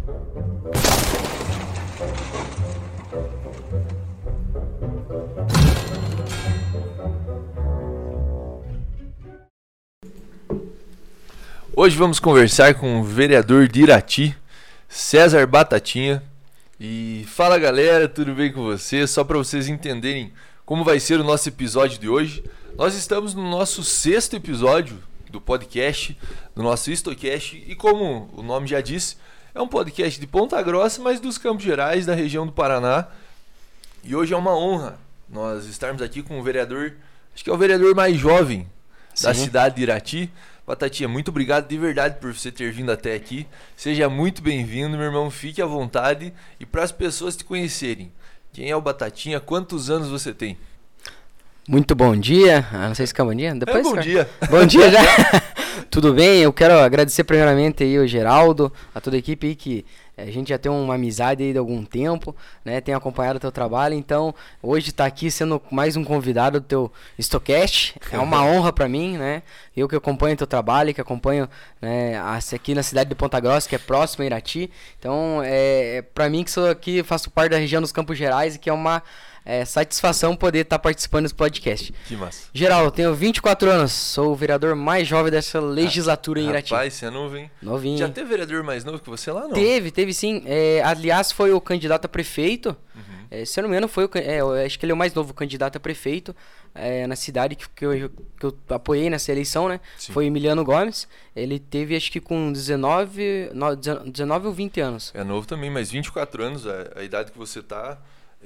Hoje vamos conversar com o vereador de Irati, César Batatinha. E fala galera, tudo bem com vocês? Só para vocês entenderem como vai ser o nosso episódio de hoje. Nós estamos no nosso 6º episódio do podcast, do nosso Histocast. E como o nome já disse, é um podcast de Ponta Grossa, mas dos Campos Gerais, da região do Paraná. E hoje é uma honra nós estarmos aqui com o vereador, acho que é o vereador mais jovem da cidade de Irati. Batatinha, muito obrigado de verdade por você ter vindo até aqui. Seja muito bem-vindo, meu irmão. Fique à vontade. E para as pessoas te conhecerem, quem é o Batatinha? Quantos anos você tem? Muito bom dia. Não sei se é bom dia. Depois, bom dia. Bom dia já. Tudo bem? Eu quero agradecer primeiramente aí ao Geraldo, a toda a equipe aí que a gente já tem uma amizade aí de algum tempo, né? Tem acompanhado o teu trabalho, então hoje tá aqui sendo mais um convidado do teu Histocast. É uma honra para mim, né? Eu que acompanho o teu trabalho, que acompanho, né, aqui na cidade de Ponta Grossa, que é próximo a Irati. Então, para mim que sou aqui, faço parte da região dos Campos Gerais e que é uma satisfação poder estar participando desse podcast. Que massa. Geraldo, eu tenho 24 anos, sou o vereador mais jovem dessa legislatura em Irati. Rapaz, você é novo, hein? Novinho. Já teve vereador mais novo que você lá, não? Teve sim. Aliás, foi o candidato a prefeito. Se eu não me engano, foi eu acho que ele é o mais novo candidato a prefeito na cidade que eu apoiei nessa eleição, né? Sim. Foi Emiliano Gomes. Ele teve, acho que com 19 ou 20 anos. É novo também, mas 24 anos, a idade que você tá...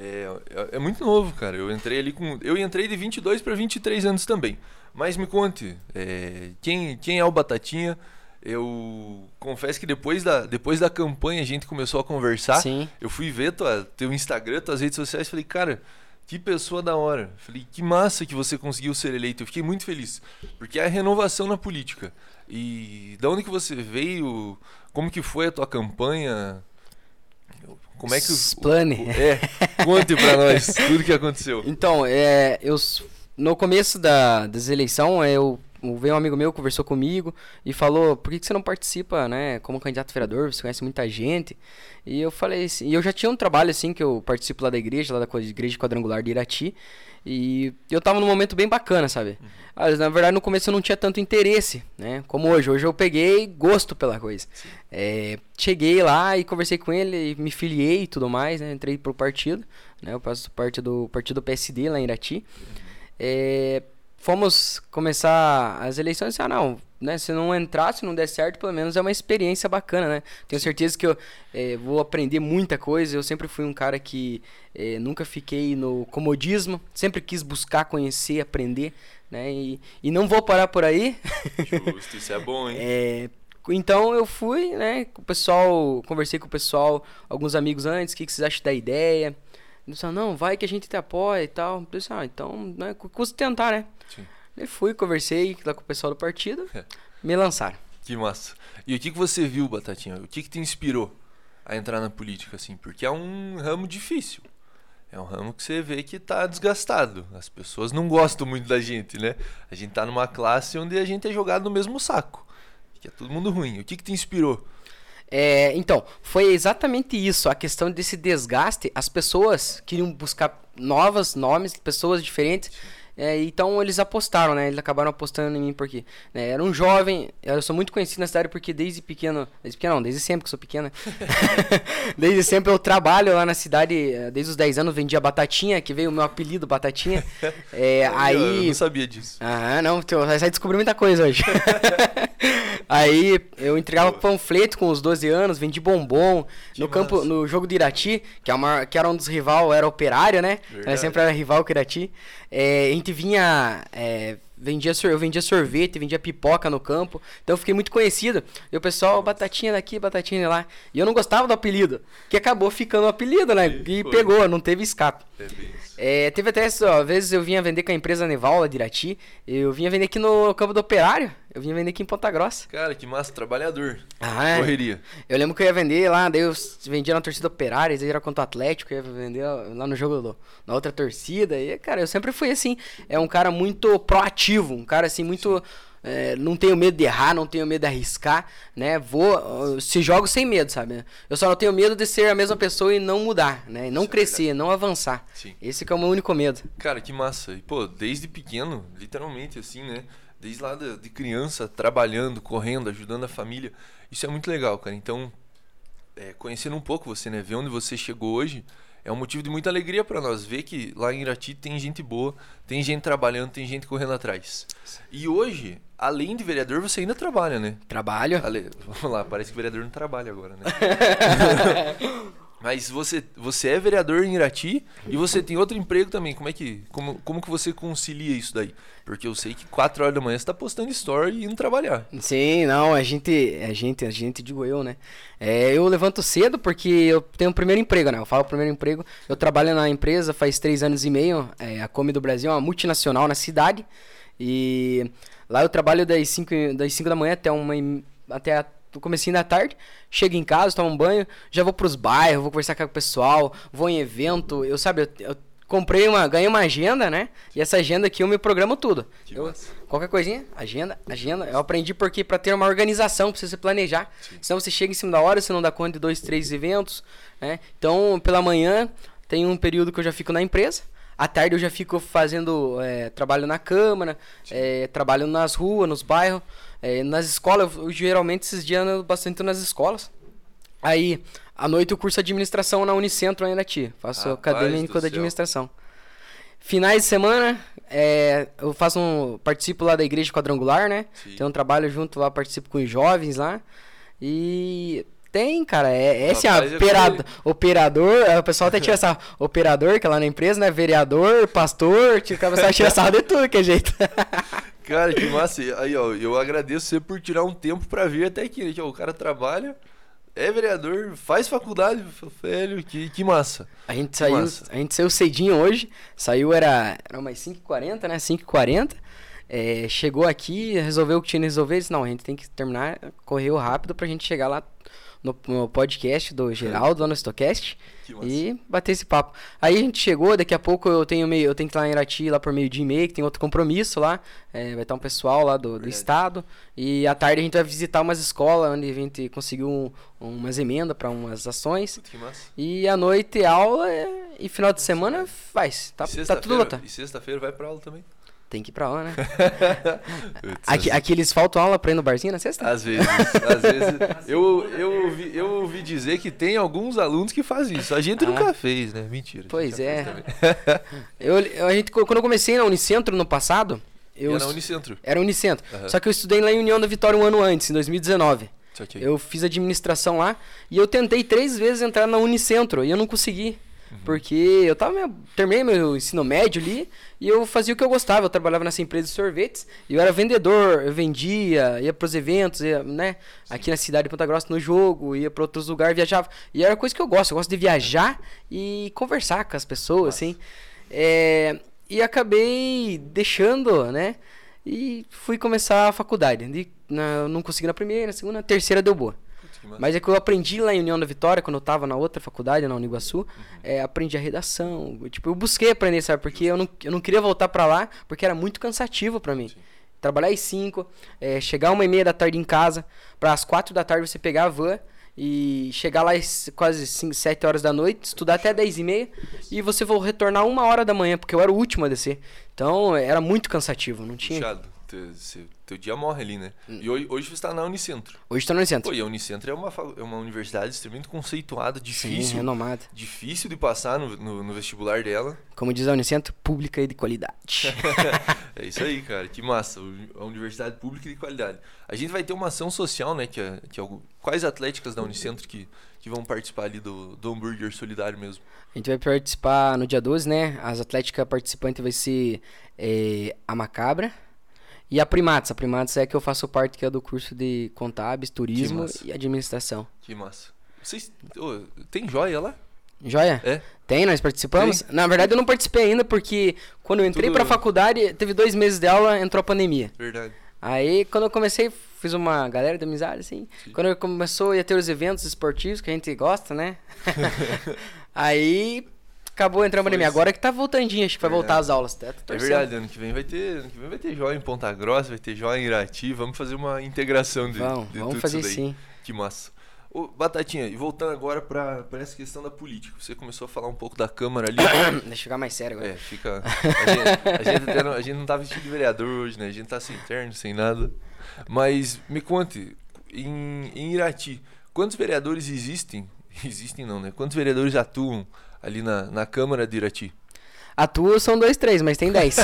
É muito novo, cara. Eu entrei de 22 para 23 anos também. Mas me conte, quem é o Batatinha? Eu confesso que depois da campanha a gente começou a conversar. Sim. Eu fui ver teu Instagram, tuas redes sociais, falei, cara, que pessoa da hora. Falei, que massa que você conseguiu ser eleito. Eu fiquei muito feliz, porque é a renovação na política. E da onde que você veio? Como que foi a tua campanha? Como é que Explane. Conte pra nós tudo que aconteceu. Então, no começo das eleições, veio um amigo meu, conversou comigo e falou, por que você não participa, né, como candidato a vereador? Você conhece muita gente. E eu falei assim, e eu já tinha um trabalho assim, que eu participo lá da igreja Igreja Quadrangular de Irati. E eu tava num momento bem bacana, sabe? Na verdade, no começo eu não tinha tanto interesse, né? Como hoje. Hoje eu peguei gosto pela coisa. Cheguei lá e conversei com ele, me filiei e tudo mais, né? Entrei pro partido, né? Eu faço parte do partido PSD lá em Irati. Fomos começar as eleições e não, né? Se não entrar, se não der certo, pelo menos é uma experiência bacana, né? Tenho certeza que eu vou aprender muita coisa. Eu sempre fui um cara que nunca fiquei no comodismo, sempre quis buscar, conhecer, aprender, né? E não vou parar por aí. Justo, isso é bom, hein? Então eu fui, né, com o pessoal, conversei com o pessoal, alguns amigos antes, o que vocês acham da ideia? Eles falaram, não, vai que a gente te apoia e tal. Eu disse, então, né, custa tentar, né? Sim. Eu fui, conversei lá com o pessoal do partido, me lançaram. Que massa. E o que você viu, Batatinha? O que te inspirou a entrar na política, assim? Porque é um ramo difícil. É um ramo que você vê que tá desgastado. As pessoas não gostam muito da gente, né? A gente tá numa classe onde a gente é jogado no mesmo saco. Que é todo mundo ruim. O que te inspirou? Então, foi exatamente isso, a questão desse desgaste. As pessoas queriam buscar nomes, pessoas diferentes. Então eles apostaram, né? Eles acabaram apostando em mim porque, né, era um jovem. Eu sou muito conhecido na cidade porque desde sempre que sou pequeno. Desde sempre eu trabalho lá na cidade. Desde os 10 anos vendia batatinha, que veio o meu apelido Batatinha. Eu não sabia disso. Não, você vai descobrir muita coisa hoje. Aí eu entregava panfleto com os 12 anos, vendi bombom no campo, no jogo de Irati, que era um dos rival, era Operário, né? Sempre era rival com Irati. A gente vinha, eu vendia sorvete, vendia pipoca no campo, então eu fiquei muito conhecido. E o pessoal, batatinha daqui, batatinha lá. E eu não gostava do apelido, que acabou ficando o apelido, né? E pegou, não teve escape. Teve até, às vezes eu vinha vender com a empresa Neval lá de Irati, eu vinha vender aqui no campo do Operário, eu vinha vender aqui em Ponta Grossa. Cara, que massa, trabalhador. Correria. Eu lembro que eu ia vender lá, daí eu vendia na torcida Operária, às vezes era contra o Atlético, eu ia vender lá no jogo na outra torcida. E, cara, eu sempre fui assim, um cara muito proativo, um cara assim, muito... não tenho medo de errar, não tenho medo de arriscar, né? Se jogo sem medo, sabe? Eu só não tenho medo de ser a mesma pessoa e não mudar, né? E não crescer, não avançar. Sim. Esse que é o meu único medo. Cara, que massa. E, pô, desde pequeno, literalmente, assim, né? Desde lá de criança, trabalhando, correndo, ajudando a família. Isso é muito legal, cara. Então, conhecendo um pouco você, né? Ver onde você chegou hoje é um motivo de muita alegria pra nós. Ver que lá em Irati tem gente boa, tem gente trabalhando, tem gente correndo atrás. E hoje, além de vereador, você ainda trabalha, né? Trabalho. Vamos lá, parece que vereador não trabalha agora, né? Mas você é vereador em Irati e você tem outro emprego também. Como que você concilia isso daí? Porque eu sei que 4 horas da manhã você tá postando story e indo trabalhar. Sim, não, a gente, digo eu, né? Eu levanto cedo porque eu tenho o primeiro emprego, né? Eu falo primeiro emprego. Eu trabalho na empresa faz 3 anos e meio. A Come do Brasil é uma multinacional na cidade. E lá eu trabalho das 5 da manhã até o comecinho da tarde, chego em casa, tomo um banho, já vou pros bairros, vou conversar com o pessoal, vou em evento, eu ganhei uma agenda, né? E essa agenda aqui eu me programo tudo. Qualquer coisinha, agenda. Eu aprendi porque pra ter uma organização, pra você se planejar. Sim. Senão você chega em cima da hora, você não dá conta de 2, 3 eventos, né? Então, pela manhã, tem um período que eu já fico na empresa. À tarde eu já fico fazendo trabalho na Câmara, trabalho nas ruas, nos bairros. Nas escolas, eu geralmente esses dias ando bastante nas escolas. Aí, à noite eu curso administração na Unicentro em Irati. Faço acadêmico da administração. Finais de semana, eu participo lá da Igreja Quadrangular, né? Sim. Tem um trabalho junto lá, participo com os jovens lá. E tem, cara, operador, o pessoal até tira essa operador, que é lá na empresa, né? Vereador, pastor, o pessoal tira sarro de tudo que é jeito. Cara, que massa. Aí, ó, eu agradeço você por tirar um tempo pra vir até aqui, né? O cara trabalha, é vereador, faz faculdade, velho, que massa. A gente saiu cedinho hoje, era umas 5h40, né? 5h40. Chegou aqui, resolveu o que tinha que resolver, disse, não, a gente tem que terminar, correu rápido pra gente chegar lá no podcast do Geraldo, lá no Stocast, e bater esse papo. Aí a gente chegou, daqui a pouco eu tenho que ir lá em Irati, lá por 12h30, que tem outro compromisso lá, vai estar um pessoal lá do estado, e à tarde a gente vai visitar umas escolas, onde a gente conseguiu umas emendas para umas ações, e à noite aula, e final de semana faz, tá tudo lotado. E sexta-feira vai pra aula também? Tem que ir pra aula, né? Aqui eles faltam aula pra ir no barzinho na sexta? Às vezes. Eu ouvi dizer que tem alguns alunos que fazem isso. A gente nunca fez, né? Mentira. Pois é. Quando eu comecei na Unicentro no passado... Era Unicentro? Era Unicentro. Uhum. Só que eu estudei lá em União da Vitória um ano antes, em 2019. Okay. Eu fiz administração lá e eu tentei 3 vezes entrar na Unicentro e eu não consegui. Porque eu terminei meu ensino médio ali e eu fazia o que eu gostava. Eu trabalhava nessa empresa de sorvetes e eu era vendedor, eu vendia, ia pros eventos, né? Aqui na cidade de Ponta Grossa no jogo, ia pra outros lugares, viajava. E era coisa que eu gosto de viajar e conversar com as pessoas, assim. E acabei deixando, né? E fui começar a faculdade. Não consegui na primeira, na segunda, na terceira deu boa. Mas é que eu aprendi lá em União da Vitória, quando eu tava na outra faculdade, na Uniguaçu, aprendi a redação. Eu busquei aprender, sabe? Porque eu não queria voltar pra lá, porque era muito cansativo pra mim. Sim. Trabalhar às 5, chegar 1h30 da tarde em casa, para às 4 da tarde você pegar a van e chegar lá às quase 7 horas da noite, estudar até 10h30 e você vai retornar 1h da manhã, porque eu era o último a descer. Então era muito cansativo, não tinha... Puxado. Teu dia morre ali, né? E hoje você está na Unicentro. Hoje estou na Unicentro. Pô, e a Unicentro é uma universidade extremamente conceituada, difícil. Sim, renomada. Difícil de passar no vestibular dela. Como diz a Unicentro, pública e de qualidade. É isso aí, cara. Que massa. A universidade pública e de qualidade. A gente vai ter uma ação social, né? Quais atléticas da Unicentro que vão participar ali do hambúrguer solidário mesmo? A gente vai participar no dia 12, né? As atléticas participantes vai ser a Macabra. E a Primates. A Primates é que eu faço parte, que é do curso de Contábeis, Turismo e Administração. Que massa. Vocês... tem joia lá? Joia? Tem, nós participamos. Tem? Na verdade eu não participei ainda, porque quando eu entrei pra faculdade, teve 2 meses de aula, entrou a pandemia. Verdade. Aí quando eu comecei, fiz uma galera de amizade, assim. Sim. Quando começou a ter os eventos esportivos, que a gente gosta, né? Aí... acabou entrando pra mim. Agora que tá voltandinho, acho que vai voltar as aulas. É verdade, ano que vem vai ter joia em Ponta Grossa, vai ter joia em Irati. Vamos fazer uma integração de vamos tudo fazer isso daí. sim. Que massa. Ô, Batatinha, e voltando agora pra essa questão da política. Você começou a falar um pouco da Câmara ali. Deixa eu ficar mais sério agora. Fica... A gente não tá vestido de vereador hoje, né? A gente tá sem terno, sem nada. Mas me conte, em Irati, quantos vereadores existem? Existem não, né? Quantos vereadores atuam ali na Câmara de Irati? Atuam são 2, 3, mas tem 10.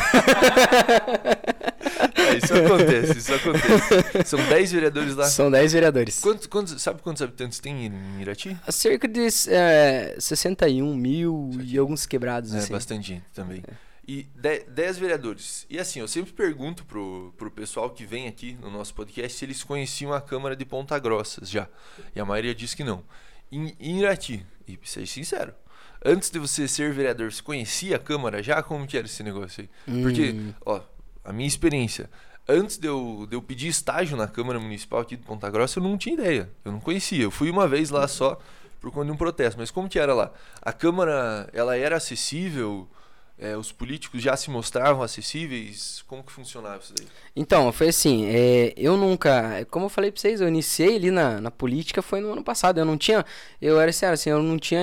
Isso acontece. São 10 vereadores lá? São 10 vereadores. Sabe quantos habitantes tem em Irati? Cerca de 61 mil e alguns quebrados. É assim. bastante gente também. E 10 vereadores. E assim, eu sempre pergunto pro pessoal que vem aqui no nosso podcast se eles conheciam a Câmara de Ponta Grossa já. E a maioria diz que não. Em Irati, e seja sincero, antes de você ser vereador, você conhecia a Câmara já? Como que era esse negócio aí? Porque, ó, a minha experiência, antes de eu pedir estágio na Câmara Municipal aqui de Ponta Grossa, eu não tinha ideia. Eu não conhecia. Eu fui uma vez lá só por conta de um protesto. Mas como que era lá? A Câmara, ela era acessível? Os políticos já se mostravam acessíveis? Como que funcionava isso daí? Então, foi assim, eu nunca, como eu falei pra vocês, eu iniciei ali na política foi no ano passado, eu era sério, assim, eu não tinha,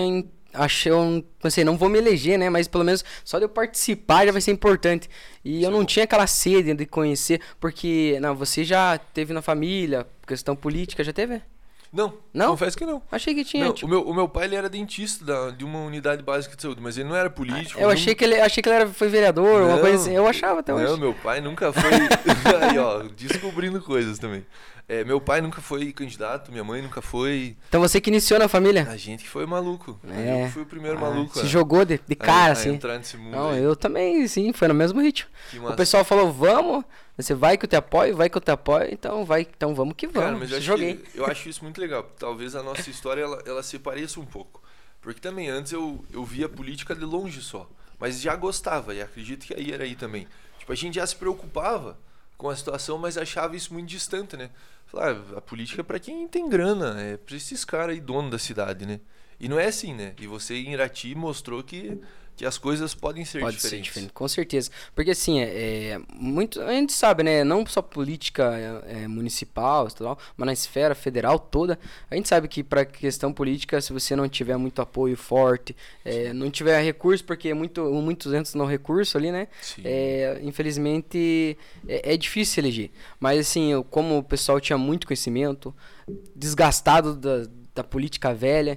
eu pensei, não vou me eleger, né, mas pelo menos só de eu participar já vai ser importante, e eu não tinha aquela sede de conhecer, porque, não, você já teve na família, questão política, já teve? Não? Confesso que não. Achei que tinha. Não, tipo... o meu pai ele era dentista de uma unidade básica de saúde, mas ele não era político. Eu achei que ele foi vereador, alguma coisa assim. Eu achava até hoje. Não, meu pai nunca foi. Aí, ó, descobrindo coisas também. Meu pai nunca foi candidato, minha mãe nunca foi. Então você que iniciou na família? A gente que foi maluco. Eu fui o primeiro maluco. Se jogou de cara, assim. Entrar nesse mundo. Não, aí. eu também, sim, foi no mesmo ritmo. O pessoal falou, vamos. Você vai que eu te apoio, então vamos que vamos. Cara, mas eu acho isso muito legal. Talvez a nossa história ela se pareça um pouco. Porque também antes eu via a política de longe só. Mas já gostava, e acredito que aí era aí também. Tipo, a gente já se preocupava com a situação, mas achava isso muito distante, né? Falar, a política é pra quem tem grana, é pra esses caras aí, dono da cidade, né? E não é assim, né? E você em Irati mostrou que as coisas podem ser diferentes. Pode ser diferente, com certeza. Porque assim, muito, a gente sabe, né? Não só política municipal, estadual, mas na esfera federal toda. A gente sabe que para questão política, se você não tiver muito apoio forte, não tiver recurso, porque muitos entram no recurso ali, né? Infelizmente é difícil eleger. Mas assim, como o pessoal tinha muito conhecimento, desgastado da política velha,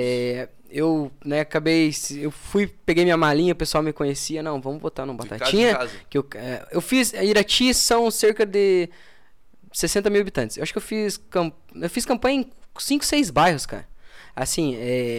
eu, né, peguei minha malinha, o pessoal me conhecia, não, vamos votar no Batatinha, que eu fiz, Irati são cerca de 60 mil habitantes, eu acho que eu fiz campanha em 5, 6 bairros, cara, assim,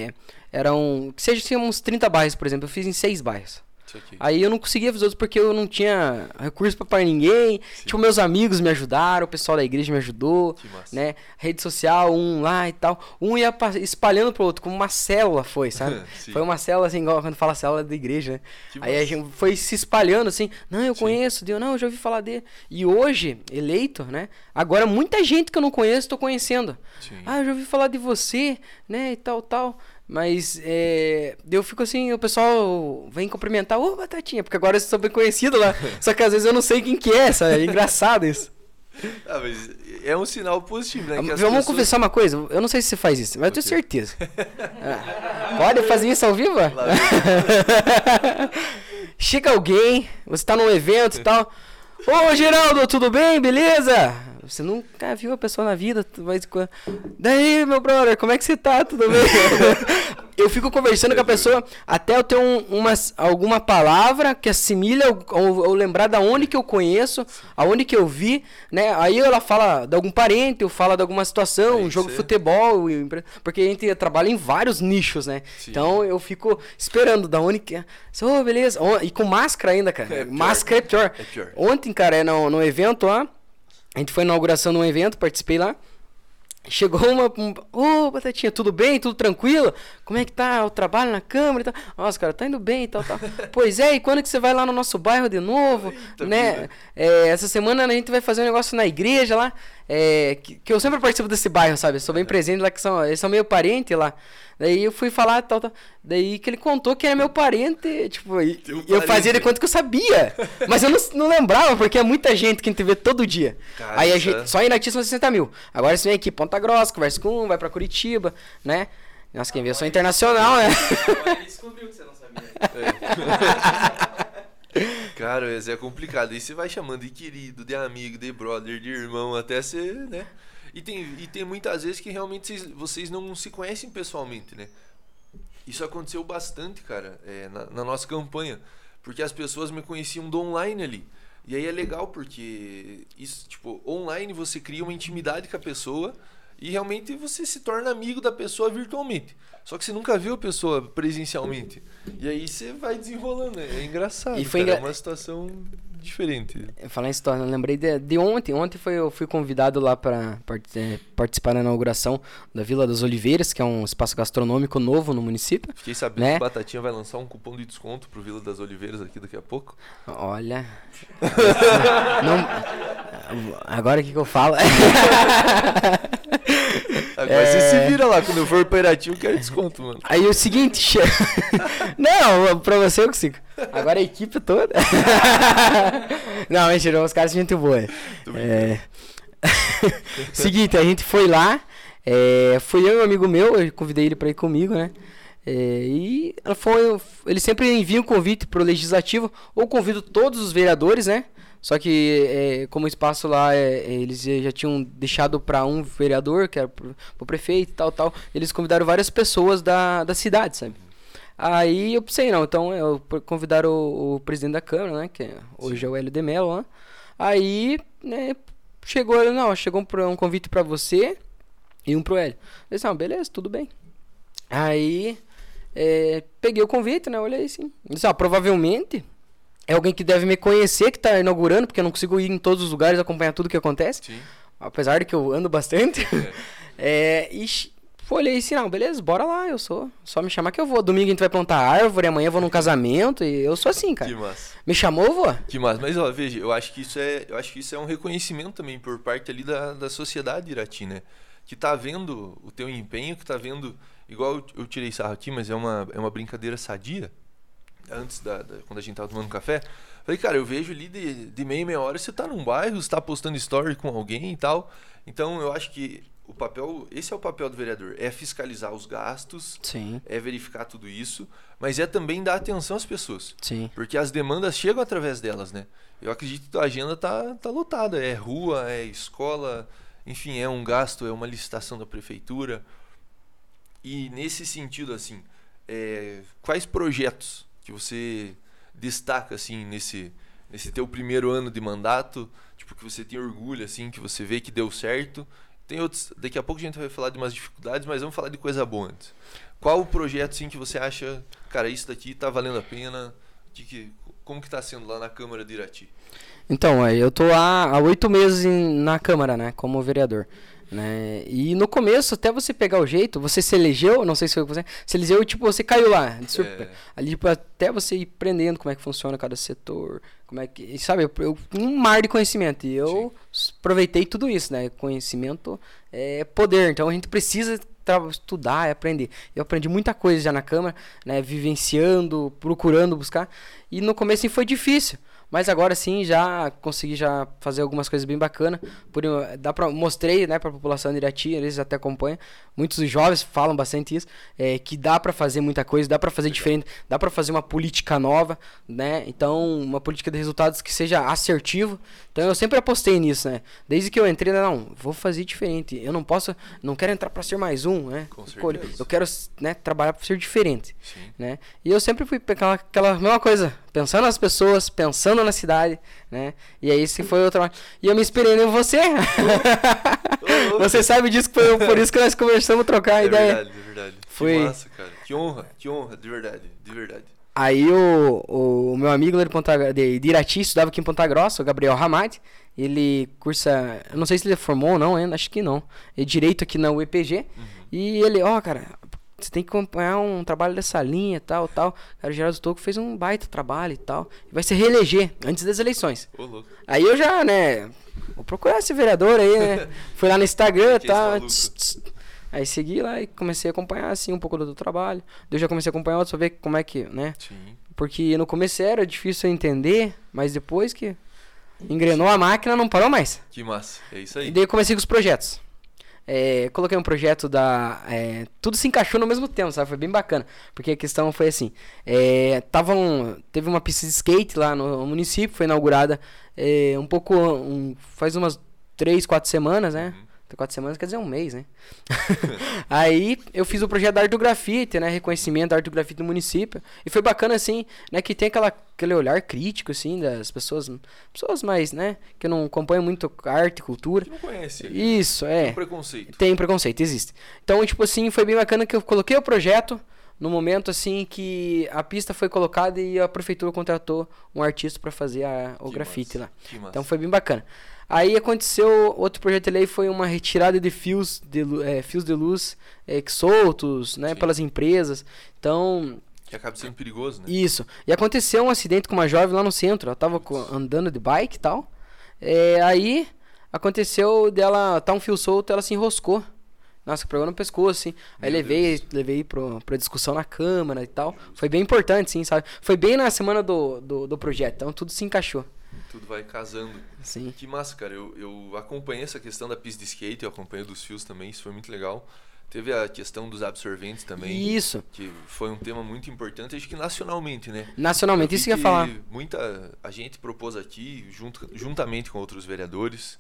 tinha uns 30 bairros, por exemplo, eu fiz em 6 bairros. Aí eu não conseguia fazer outros porque eu não tinha recurso pra ninguém. Sim. Tipo, meus amigos me ajudaram, o pessoal da igreja me ajudou, né? Rede social, um lá e tal. Um ia espalhando pro outro, como uma célula foi, sabe? Foi uma célula, assim, igual quando fala célula da igreja, né? Aí a gente foi se espalhando, assim. Não, eu conheço, eu já ouvi falar dele. E hoje, eleito, né? Agora, muita gente que eu não conheço, tô conhecendo. Sim. Eu já ouvi falar de você, né? E tal. Mas eu fico assim, o pessoal vem cumprimentar, ô Batatinha, porque agora eu sou bem conhecido lá. Só que às vezes eu não sei quem que é, sabe? É engraçado isso. Mas é um sinal positivo, né? Vamos confessar uma coisa, eu não sei se você faz isso, mas eu tenho certeza. Pode fazer isso ao vivo? Chega alguém, você tá num evento e tal. Ô Geraldo, tudo bem? Beleza? Você nunca viu a pessoa na vida, daí, meu brother, como é que você tá? Tudo bem? Eu fico conversando com a pessoa até eu ter alguma palavra que assimila ou lembrar da onde que eu conheço, aonde que eu vi, né? Aí ela fala de algum parente, eu falo de alguma situação, um jogo de futebol, porque a gente trabalha em vários nichos, né? Sim. Então eu fico esperando da onde que é. Beleza. E com máscara ainda, cara. Máscara é pior. Ontem, cara, no evento lá, a gente foi na inauguração de um evento, participei lá. Chegou ô Batatinha, tudo bem? Tudo tranquilo? Como é que tá o trabalho na Câmara e tal? Nossa, cara, tá indo bem e tal. Pois e quando que você vai lá no nosso bairro de novo? Eita, né? Essa semana a gente vai fazer um negócio na igreja lá, que eu sempre participo desse bairro, sabe? Eu sou bem presente lá, eles são meio parente lá, Daí eu fui falar, tal. Daí que ele contou que era meu parente, tipo, eu fazia de conta que eu sabia. Mas eu não lembrava, porque é muita gente que a gente vê todo dia. Cara, aí a gente, só em Irati são 60 mil. Agora você vem aqui, Ponta Grossa, conversa com um, vai pra Curitiba, né? Nossa, quem vê, eu sou internacional, né? Agora ele descobriu que você não sabia. Cara, mas é complicado. Aí você vai chamando de querido, de amigo, de brother, de irmão, até ser, né? E tem muitas vezes que realmente vocês não se conhecem pessoalmente, né? Isso aconteceu bastante, cara, na nossa campanha. Porque as pessoas me conheciam do online ali. E aí é legal porque isso, tipo, online você cria uma intimidade com a pessoa e realmente você se torna amigo da pessoa virtualmente. Só que você nunca viu a pessoa presencialmente. E aí você vai desenrolando. É engraçado. E foi cara, é uma situação diferente. Falar em história, eu lembrei de ontem. Ontem eu fui convidado lá para participar da inauguração da Vila das Oliveiras, que é um espaço gastronômico novo no município. Fiquei sabendo né? que o Batatinha vai lançar um cupom de desconto pro Vila das Oliveiras aqui daqui a pouco. Olha. Agora o que eu falo? Agora você se vira lá, quando eu for pra Irati eu quero desconto, mano. Aí o seguinte... Não, pra você eu consigo. Agora a equipe toda... Não, mentira, os caras são gente boa. Seguinte, a gente foi lá, fui eu e um amigo meu, eu convidei ele pra ir comigo, né? E ele sempre envia um convite pro Legislativo, ou convido todos os vereadores, né? Só que, como o espaço lá, eles já tinham deixado para um vereador, que era pro prefeito e tal, eles convidaram várias pessoas da cidade, sabe? Aí eu pensei, não, então convidaram o presidente da Câmara, né, que hoje é o Hélio de Mello, né? Aí, né, chegou um convite para você e um pro Hélio. Eu disse, não, beleza, tudo bem. Aí, peguei o convite, né, olhei assim. Eu disse, provavelmente... é alguém que deve me conhecer, que tá inaugurando, porque eu não consigo ir em todos os lugares, acompanhar tudo que acontece. Sim. Apesar de que eu ando bastante. E olhei assim, não, beleza, bora lá, só me chamar que eu vou. Domingo a gente vai plantar árvore, amanhã eu vou num casamento, e eu sou assim, cara. Que massa. Me chamou, eu vou. Que massa. Mas, ó, veja, eu acho que isso é um reconhecimento também por parte ali da sociedade Irati, né? Que tá vendo o teu empenho, que tá vendo... Igual eu tirei sarro aqui, mas é uma brincadeira sadia. Antes quando a gente tava tomando café, falei, cara, eu vejo ali de meia hora você tá num bairro, você tá postando story com alguém e tal. Então eu acho que esse é o papel do vereador, é fiscalizar os gastos. Sim. É verificar tudo isso, mas é também dar atenção às pessoas. Sim. Porque as demandas chegam através delas, né? Eu acredito que a agenda tá lotada, é rua, é escola, enfim, é um gasto, é uma licitação da prefeitura. E nesse sentido, assim, quais projetos que você destaca assim nesse teu primeiro ano de mandato, tipo, que você tem orgulho assim, que você vê que deu certo? Tem outros, daqui a pouco a gente vai falar de umas dificuldades, mas vamos falar de coisa boa antes. Qual o projeto assim que você acha, cara, isso daqui tá valendo a pena? Como que tá sendo lá na Câmara de Irati? Então, eu tô há 8 meses na Câmara, né, como vereador. Né? E no começo, até você pegar o jeito, você se elegeu, não sei se foi você, se elegeu, tipo, você caiu lá, ali, tipo, até você ir aprendendo como é que funciona cada setor, como é que, sabe, um mar de conhecimento, e eu aproveitei tudo isso, né, conhecimento é poder, então a gente precisa estudar e aprender. Eu aprendi muita coisa já na Câmara, né, vivenciando, procurando buscar, e no começo foi difícil. Mas agora sim, já consegui fazer algumas coisas bem bacanas. Mostrei, né, para a população de Irati, eles até acompanham. Muitos jovens falam bastante isso, que dá para fazer muita coisa, dá para fazer diferente, dá para fazer uma política nova, né? Então, uma política de resultados que seja assertiva. Então, eu sempre apostei nisso, né? Desde que eu entrei, não, vou fazer diferente. Eu não quero entrar para ser mais um, né? Com certeza. Eu quero, né, trabalhar para ser diferente, né? E eu sempre fui aquela mesma coisa, pensando nas pessoas, pensando na cidade, né? E aí esse foi o trabalho. E eu me inspirei em você. Você sabe disso, que foi por isso que nós conversamos, trocar ideia. É verdade. Foi... Que massa, cara. Que honra, de verdade. Aí o meu amigo lá de Irati, estudava aqui em Ponta Grossa, o Gabriel Ramad, ele cursa, eu não sei se ele formou ou não, acho que não, é direito aqui na UEPG, e ele, cara, você tem que acompanhar um trabalho dessa linha, tal. Cara, o Geraldo Tocco fez um baita trabalho e tal. E vai se reeleger antes das eleições. Ô, louco. Aí eu já, né, vou procurar esse vereador aí, né? Fui lá no Instagram e tal. Aí segui lá e comecei a acompanhar, assim, um pouco do trabalho. Daí eu já comecei a acompanhar outros pra ver como é que, né? Sim. Porque no começo era difícil eu entender, mas depois que engrenou a máquina, não parou mais. Que massa. É isso E aí. daí eu comecei com os projetos. Coloquei um projeto tudo se encaixou no mesmo tempo, sabe? Foi bem bacana. Porque a questão foi assim: teve uma pista de skate lá no município, foi inaugurada faz umas 3, 4 semanas, né? 4 semanas quer dizer um mês, né? Aí eu fiz o projeto da arte do grafite, né? Reconhecimento da arte do grafite do município. E foi bacana, assim, né? Que tem aquele olhar crítico, assim, das pessoas mais, né? Que não acompanham muito arte e cultura. Que não conhece. Isso, Tem um preconceito. Tem preconceito, existe. Então, tipo assim, foi bem bacana que eu coloquei o projeto no momento, assim, que a pista foi colocada e a prefeitura contratou um artista pra fazer o grafite lá. Que massa. Então foi bem bacana. Aí aconteceu, outro projeto ali foi uma retirada de fios de luz soltos, né, pelas empresas. Então... Que acaba sendo perigoso, né? Isso. E aconteceu um acidente com uma jovem lá no centro. Ela tava andando de bike e tal. Aí aconteceu dela, um fio solto, ela se enroscou. Nossa, pegou no pescoço, assim. Aí levei pra discussão na Câmara e tal. Foi bem importante, sim, sabe? Foi bem na semana do projeto, então tudo se encaixou. Tudo vai casando. Sim. Que massa, cara. Eu acompanhei essa questão da pista de skate, eu acompanhei dos fios também, isso foi muito legal. Teve a questão dos absorventes também. Isso. Que foi um tema muito importante, acho que nacionalmente, né? Nacionalmente, isso que eu ia falar. A gente propôs aqui, juntamente com outros vereadores,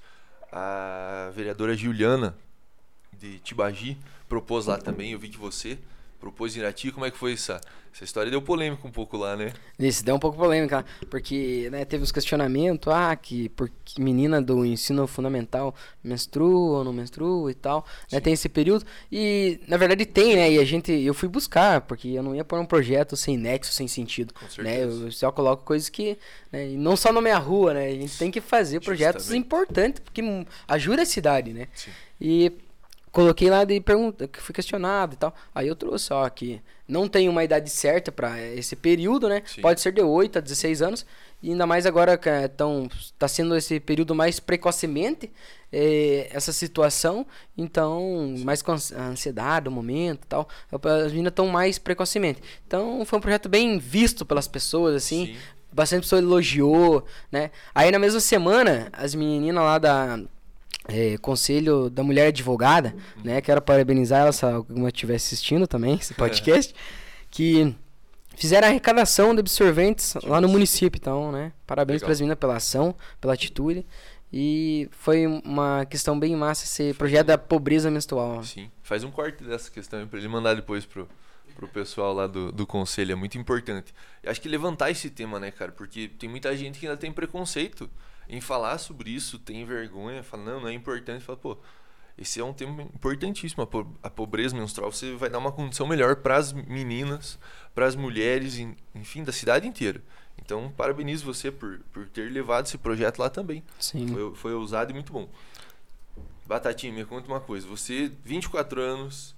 a vereadora Juliana, de Tibagi, propôs lá também, eu vi que você propôs em Irati. Como é que foi essa história? Deu polêmica um pouco lá, né? Isso, deu um pouco polêmica, porque, né, teve uns questionamentos, porque menina do ensino fundamental menstrua ou não menstrua e tal, né, tem esse período, e na verdade tem, né, e eu fui buscar, porque eu não ia pôr um projeto sem nexo, sem sentido, Com né, certeza. eu só coloco coisas que, né, e não só na minha rua, né, a gente tem que fazer projetos Justamente. importantes, porque ajuda a cidade, né, Sim. e... Coloquei lá de pergunta, que fui questionado e tal. Aí eu trouxe, que não tem uma idade certa para esse período, né? Sim. Pode ser de 8 a 16 anos. E ainda mais agora que tá sendo esse período mais precocemente, essa situação. Então, mais com a ansiedade, o momento e tal. As meninas estão mais precocemente. Então, foi um projeto bem visto pelas pessoas, assim. Sim. Bastante pessoa elogiou, né? Aí na mesma semana, as meninas lá da... Conselho da Mulher Advogada, né? Quero parabenizar ela se alguma estiver assistindo também, esse podcast, que fizeram a arrecadação de absorventes lá no município. Então, né? Parabéns para as meninas pela ação, pela atitude. E foi uma questão bem massa esse projeto da pobreza menstrual. Sim. Faz um corte dessa questão para ele mandar depois pro pessoal lá do conselho, é muito importante. Eu acho que levantar esse tema, né, cara? Porque tem muita gente que ainda tem preconceito em falar sobre isso, tem vergonha, fala, não é importante. Fala, pô, esse é um tema importantíssimo. A pobreza menstrual, você vai dar uma condição melhor para as meninas, para as mulheres, enfim, da cidade inteira. Então, parabenizo você por ter levado esse projeto lá também. Sim. Foi ousado e muito bom. Batatinha, me conta uma coisa. Você, 24 anos,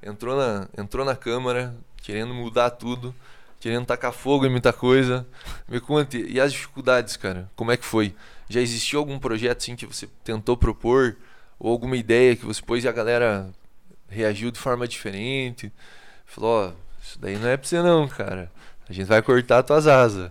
entrou na Câmara, querendo mudar tudo, querendo tacar fogo em muita coisa. Me conte, e as dificuldades, cara? Como é que foi? Já existiu algum projeto assim que você tentou propor? Ou alguma ideia que você pôs e a galera reagiu de forma diferente? Falou, isso daí não é pra você não, cara. A gente vai cortar tuas asas.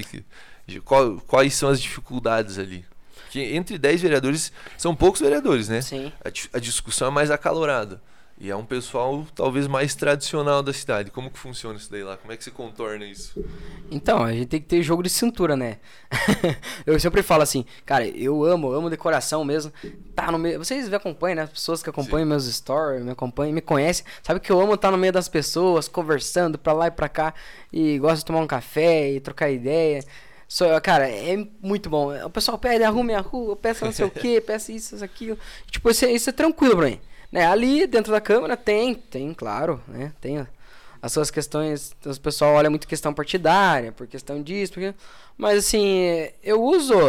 Quais são as dificuldades ali? Porque entre 10 vereadores, são poucos vereadores, né? Sim. A discussão é mais acalorada. E é um pessoal talvez mais tradicional da cidade. Como que funciona isso daí lá? Como é que se contorna isso? Então, a gente tem que ter jogo de cintura, né? Eu sempre falo assim, cara, eu amo decoração mesmo. Tá no meio. Vocês me acompanham, né? As pessoas que acompanham meus stories, me acompanham, me conhecem, sabe que eu amo estar no meio das pessoas, conversando pra lá e pra cá, e gosto de tomar um café e trocar ideia. Cara, é muito bom. O pessoal pede, arrume a rua, peça não sei o que, peça isso, aquilo. Tipo, isso é tranquilo pra mim. Né, ali dentro da Câmara tem, claro, né? Tem as suas questões, o pessoal olha muito questão partidária, por questão disso, mas assim, eu uso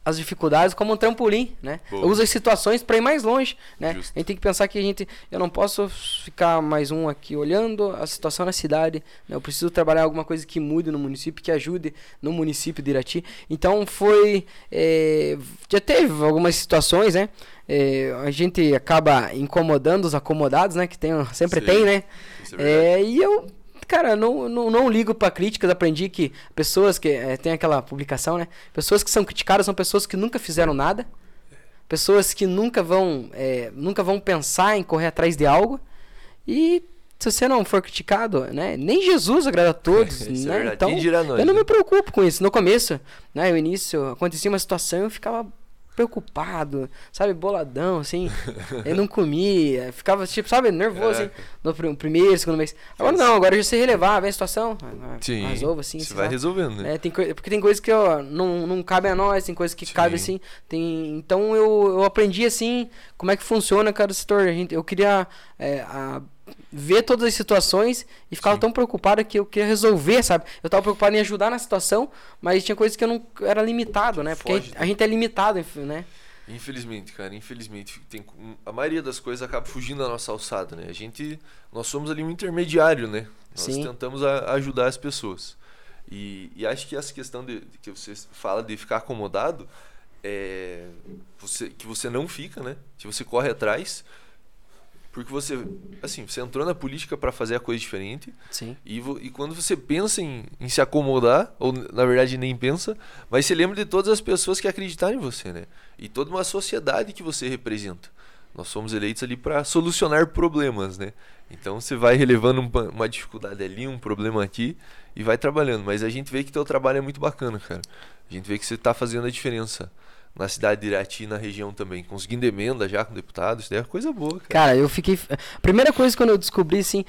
as dificuldades como um trampolim, né? Boa. Eu uso as situações para ir mais longe, né? Justo. A gente tem que pensar que eu não posso ficar mais um aqui olhando a situação na cidade, né? Eu preciso trabalhar alguma coisa que mude no município, que ajude no município de Irati. Então já teve algumas situações, né? A gente acaba incomodando os acomodados, né? Que sempre Sim, tem, né? isso é verdade. E eu, cara, não ligo pra críticas. Aprendi que pessoas que... tem aquela publicação, né? Pessoas que são criticadas são pessoas que nunca fizeram nada. Pessoas que nunca vão pensar em correr atrás de algo. E se você não for criticado, né? Nem Jesus agrada a todos, Isso é né? verdade. Então, Quem dirá nós, eu não né? me preocupo com isso. No começo, né? No início, acontecia uma situação e eu ficava preocupado, sabe, boladão, assim, eu não comia, ficava, tipo, sabe, nervoso, assim, no primeiro, segundo mês. Agora não, agora eu já sei relevar, vem a situação, Sim, resolvo, assim, você assim, vai sabe? resolvendo, né? Porque tem coisas que não cabe a nós, tem coisas que Sim. cabe, assim, então eu aprendi, assim, como é que funciona cada setor. Eu queria ver todas as situações e ficava tão preocupado que eu queria resolver, sabe? Eu tava preocupado em ajudar na situação, mas tinha coisas que eu não era limitado, né? Porque Foge, a gente é limitado, né? Infelizmente, cara, a maioria das coisas acaba fugindo da nossa alçada, né? Nós somos ali um intermediário, né? Nós Sim. tentamos ajudar as pessoas. E acho que essa questão que você fala de ficar acomodado, que você não fica, né? Que você corre atrás, porque você entrou na política para fazer a coisa diferente. Sim. E quando você pensa em se acomodar, ou na verdade nem pensa, mas você lembra de todas as pessoas que acreditaram em você, né? E toda uma sociedade que você representa. Nós somos eleitos ali para solucionar problemas, né? Então você vai relevando uma dificuldade ali, um problema aqui e vai trabalhando. Mas a gente vê que teu trabalho é muito bacana, cara. A gente vê que você tá fazendo a diferença na cidade de Irati e na região também, conseguindo emenda já com deputados, isso daí é coisa boa, cara. Cara, eu fiquei... A primeira coisa quando eu descobri, assim,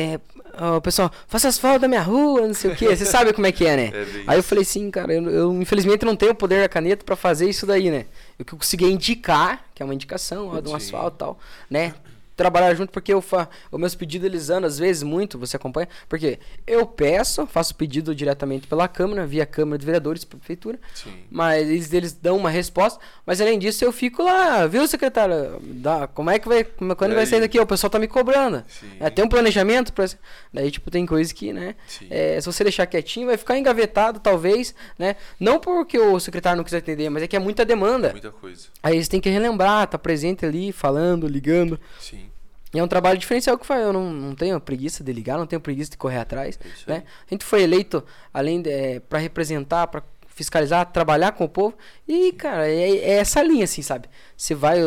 pessoal, faça asfalto da minha rua, não sei o quê, você sabe como é que é, né? Aí eu falei assim, cara, eu infelizmente não tenho o poder da caneta pra fazer isso daí, né? O que eu consegui indicar, que é uma indicação, de um asfalto e tal, né? Trabalhar junto, porque os meus pedidos eles andam às vezes muito, você acompanha, porque eu faço pedido diretamente pela Câmara, via Câmara de Vereadores, prefeitura, Sim. mas eles dão uma resposta, mas além disso eu fico lá, viu, secretário, como é que quando vai sair daqui? O pessoal tá me cobrando, tem um planejamento, daí tipo tem coisa que, né, se você deixar quietinho vai ficar engavetado talvez, né, não porque o secretário não quiser atender, mas é que é muita demanda. Muita coisa. Aí eles têm que relembrar, tá presente ali, falando, ligando. Sim. E é um trabalho diferencial que eu não tenho preguiça de ligar, não tenho preguiça de correr atrás, É isso né? aí. A gente foi eleito, além para representar, para fiscalizar, trabalhar com o povo. E, cara, é essa linha, assim, sabe? Você vai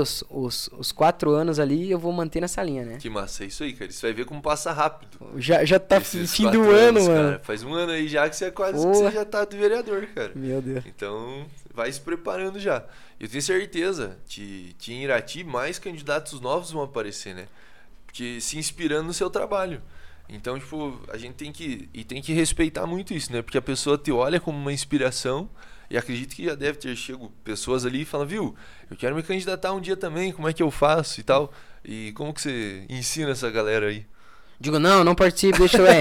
os 4 anos ali, eu vou manter nessa linha, né? Que massa, é isso aí, cara. Você vai ver como passa rápido. Já tá Esses fim do 4 ano, anos, mano. cara. Faz um ano aí já que você que Boa. você já tá de vereador, cara. Meu Deus. Então, vai se preparando já. Eu tenho certeza que em Irati mais candidatos novos vão aparecer, né? Porque se inspirando no seu trabalho. Então, tipo, a gente tem que respeitar muito isso, né? Porque a pessoa te olha como uma inspiração e acredito que já deve ter chego pessoas ali e falam, viu, eu quero me candidatar um dia também, como é que eu faço e tal. E como que você ensina essa galera aí? Digo, não participe, deixa eu ir.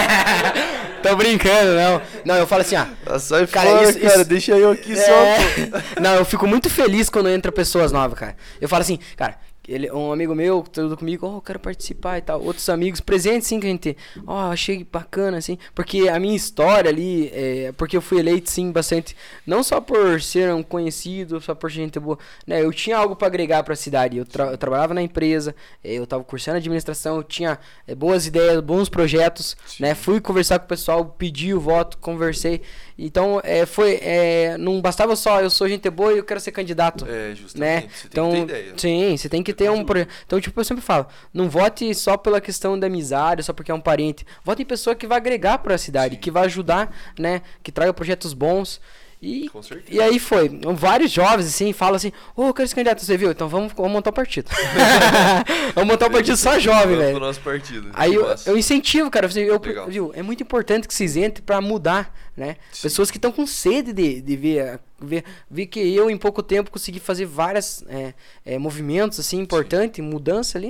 Tô brincando, não. Não, eu falo assim, Sai cara, fora, cara, deixa eu aqui só, pô. Não, eu fico muito feliz quando entra pessoas novas, cara. Eu falo assim, cara, um amigo meu, tudo comigo, eu quero participar e tal. Outros amigos presentes, sim, que a gente, achei bacana, assim. Porque a minha história ali, porque eu fui eleito, sim, bastante, não só por ser um conhecido, só por gente boa, né? Eu tinha algo pra agregar pra cidade. Eu trabalhava na empresa, eu tava cursando administração, eu tinha boas ideias, bons projetos, né? Fui conversar com o pessoal, pedi o voto, conversei. Então, não bastava só, eu sou gente boa e eu quero ser candidato. Justamente, né? você Então, tem que ter ideia. Sim, você tem que ter um projeto. Então, tipo, eu sempre falo, não vote só pela questão da amizade, só porque é um parente. Vote em pessoa que vai agregar para a cidade, que vai ajudar, né? Que traga projetos bons. Com certeza. E aí foi, vários jovens assim, falam assim, eu quero ser candidato, você viu? Então vamos montar um partido. Vamos montar um partido só jovem, velho. Nosso partido. Aí eu incentivo, cara, Legal. viu? É muito importante que vocês entrem pra mudar, né? Sim. Pessoas que estão com sede de ver que eu em pouco tempo consegui fazer vários movimentos assim importantes, mudança ali.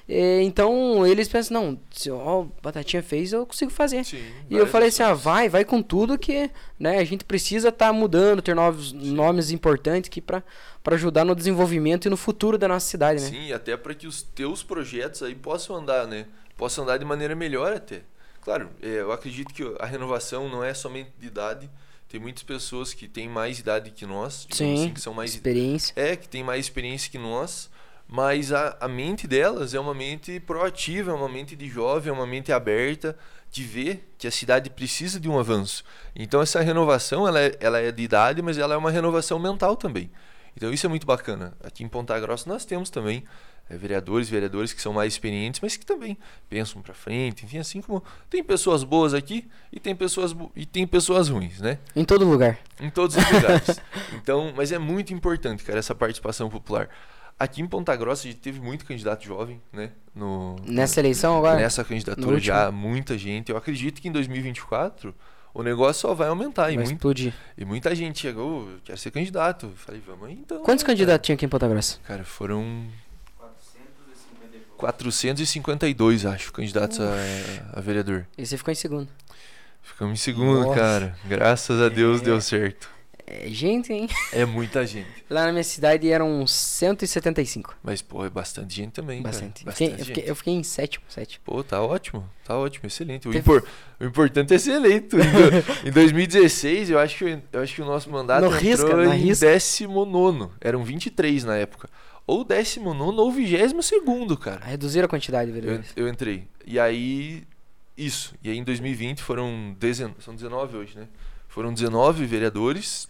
Então eles pensam, não, se o Batatinha fez, eu consigo fazer. Sim, E eu falei várias assim, vai com tudo que, né, a gente precisa estar mudando, ter novos nomes importantes aqui para ajudar no desenvolvimento e no futuro da nossa cidade, né? Sim, até para que os teus projetos aí possam andar, né? Possam andar de maneira melhor até. Claro, eu acredito que a renovação não é somente de idade. Tem muitas pessoas que têm mais idade que nós, digamos assim, que são mais experiência. que tem mais experiência que nós, mas a mente delas é uma mente proativa, é uma mente de jovem, é uma mente aberta, de ver que a cidade precisa de um avanço. Então essa renovação, ela é de idade, mas ela é uma renovação mental também. Então isso é muito bacana. Aqui em Ponta Grossa nós temos também vereadores que são mais experientes, mas que também pensam para frente, enfim, assim como tem pessoas boas aqui e tem pessoas ruins, né? Em todo lugar. Em todos os lugares. Então, mas é muito importante, cara, essa participação popular. Aqui em Ponta Grossa a gente teve muito candidato jovem, né? Nessa eleição agora? Nessa candidatura já, muita gente. Eu acredito que em 2024 o negócio só vai aumentar. Vai explodir. E muita gente chegou, quer ser candidato. Eu falei, vamos aí então. Quantos candidatos tinha aqui em Ponta Grossa? Cara, foram 452, acho, candidatos a vereador. E você ficou em segundo. Ficamos em segundo, Nossa. cara. Graças a Deus deu certo. É gente, hein? É muita gente. Lá na minha cidade eram 175. Mas, pô, é bastante gente também, Bastante. cara. Eu fiquei em sétimo. Pô, tá ótimo, excelente. O importante é ser eleito. Em 2016, eu acho que o nosso mandato entrou em 19º. Eram 23 na época. Ou 19º ou 22º, cara. Reduziram a quantidade de vereadores. Eu entrei. E aí, isso. E aí em 2020 são 19 hoje, né? Foram 19 vereadores.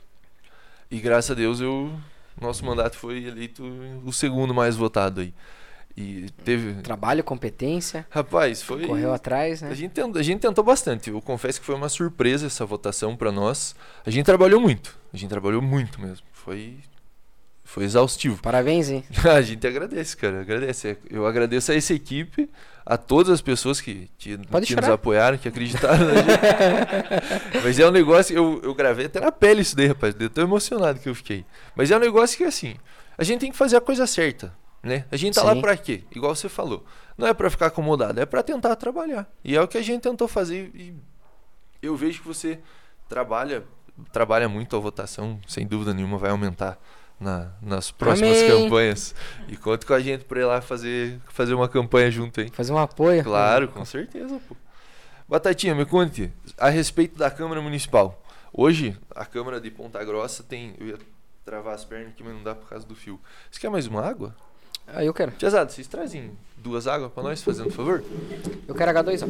E graças a Deus nosso mandato foi eleito o segundo mais votado aí. E teve... Trabalho, competência. Rapaz, foi... Correu atrás, né? A gente tentou bastante. Eu confesso que foi uma surpresa essa votação pra nós. A gente trabalhou muito. Mesmo. Foi exaustivo. Parabéns, hein? A gente agradece, cara. Eu agradeço a essa equipe, a todas as pessoas que nos apoiaram, que acreditaram na gente. Mas é um negócio, eu gravei até na pele isso daí, rapaz. Eu tô emocionado que eu fiquei. Mas é um negócio que, assim, a gente tem que fazer a coisa certa, né? A gente tá lá pra quê? Igual você falou. Não é pra ficar acomodado, é pra tentar trabalhar. E é o que a gente tentou fazer. E eu vejo que você trabalha muito a votação, sem dúvida nenhuma, vai aumentar nas próximas campanhas. E conta com a gente pra ir lá fazer uma campanha junto, hein? Fazer um apoio. Claro, com certeza, pô. Batatinha, me conte a respeito da Câmara Municipal. Hoje, a Câmara de Ponta Grossa tem... Eu ia travar as pernas aqui, mas não dá por causa do fio. Você quer mais uma água? Ah, eu quero. Tiazada, vocês trazem 2 águas pra nós, fazendo favor? Eu quero H2,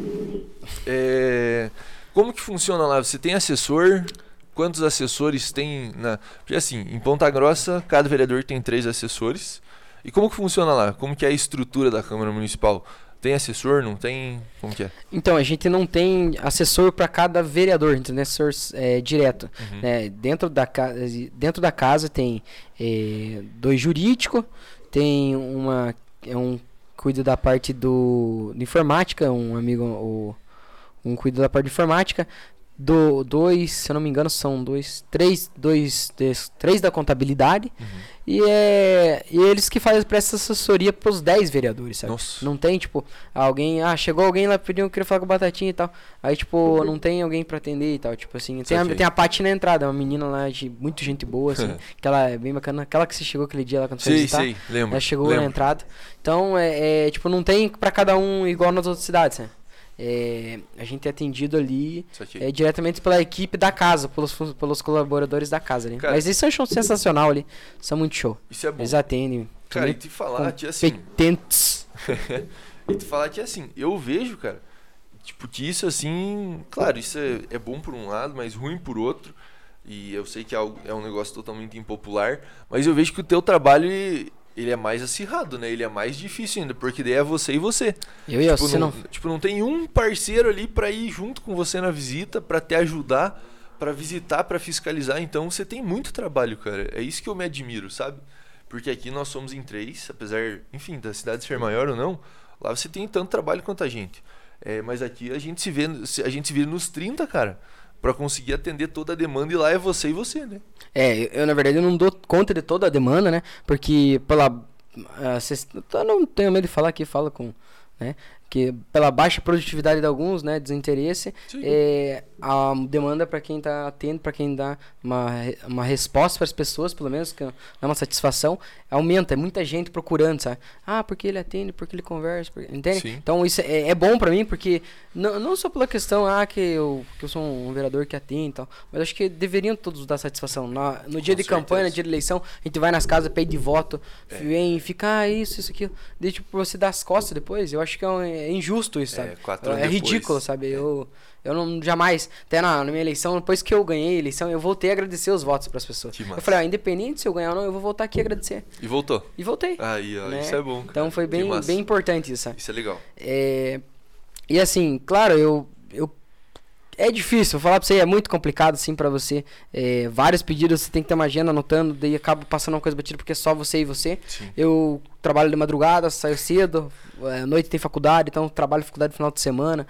ó. Como que funciona lá? Você tem assessor... Quantos assessores tem Porque assim, em Ponta Grossa, cada vereador tem 3 assessores. E como que funciona lá? Como que é a estrutura da Câmara Municipal? Tem assessor, não tem? Como que é? Então, a gente não tem assessor para cada vereador, a gente tem assessor direto. Uhum. Né? Dentro da casa tem 2 jurídicos, tem um cuida da parte de informática, um amigo, um cuida da parte de informática. Se eu não me engano, são três da contabilidade. Uhum. E eles que fazem essa assessoria pros 10 vereadores, sabe? Nossa. Não tem, tipo, chegou alguém lá pedindo que queria falar com o Batatinha e tal. Aí, tipo, não tem alguém pra atender e tal. Tipo assim, tem a Paty na entrada, uma menina lá muito gente boa, assim. Que ela é bem bacana. Aquela que você chegou aquele dia lá quando você foi visitar. Sim, lembro. Ela chegou na entrada. Então, tipo, não tem pra cada um igual nas outras cidades, né? A gente é atendido ali diretamente pela equipe da casa, pelos colaboradores da casa ali. Cara, mas eles são sensacional ali, são muito show. Isso é bom. Eles atendem. Cara, e te falar que assim... Competentes. E te falar que assim, eu vejo, cara, tipo, que isso assim... Claro, isso é bom por um lado, mas ruim por outro. E eu sei que é um negócio totalmente impopular, mas eu vejo que o teu trabalho... Ele é mais acirrado, né? Ele é mais difícil ainda, porque daí é você e você. Não tem um parceiro ali pra ir junto com você na visita, pra te ajudar, pra visitar, pra fiscalizar. Então você tem muito trabalho, cara. É isso que eu me admiro, sabe? Porque aqui nós somos em 3, apesar, enfim, da cidade ser maior ou não, lá você tem tanto trabalho quanto a gente. Mas aqui a gente se vira nos 30, cara, pra conseguir atender toda a demanda, e lá é você e você, né? Eu na verdade eu não dou conta de toda a demanda, né? Porque eu não tenho medo de falar aqui, falo com, né, que pela baixa produtividade de alguns, né, desinteresse, a demanda para quem está atendo, para quem dá uma resposta para as pessoas, pelo menos, que dá uma satisfação, aumenta, é muita gente procurando, sabe? Porque ele atende, porque ele conversa, entende? Sim. Então isso é bom para mim, porque não só pela questão, que eu sou um vereador que atende e tal, mas acho que deveriam todos dar satisfação. No dia de campanha, no dia de eleição, a gente vai nas casas, pede voto, vem, fica, isso, aquilo, daí tipo, você dá as costas depois, eu acho que é injusto isso, sabe? 4 anos É ridículo, depois. sabe? Eu não jamais, até na minha eleição, depois que eu ganhei a eleição, eu voltei a agradecer os votos pras pessoas. Que massa. Eu falei, independente se eu ganhar ou não, eu vou voltar aqui a agradecer. E voltou. E voltei. Aí, ó, né? isso é bom, cara. Então foi Que massa. bem importante isso, sabe? Isso é legal. E assim, claro, é difícil, vou falar pra você, é muito complicado assim pra você. Vários pedidos, você tem que ter uma agenda anotando, daí acaba passando uma coisa batida porque é só você e você. Sim. Eu trabalho de madrugada, saio cedo, à noite tem faculdade, então trabalho faculdade no final de semana.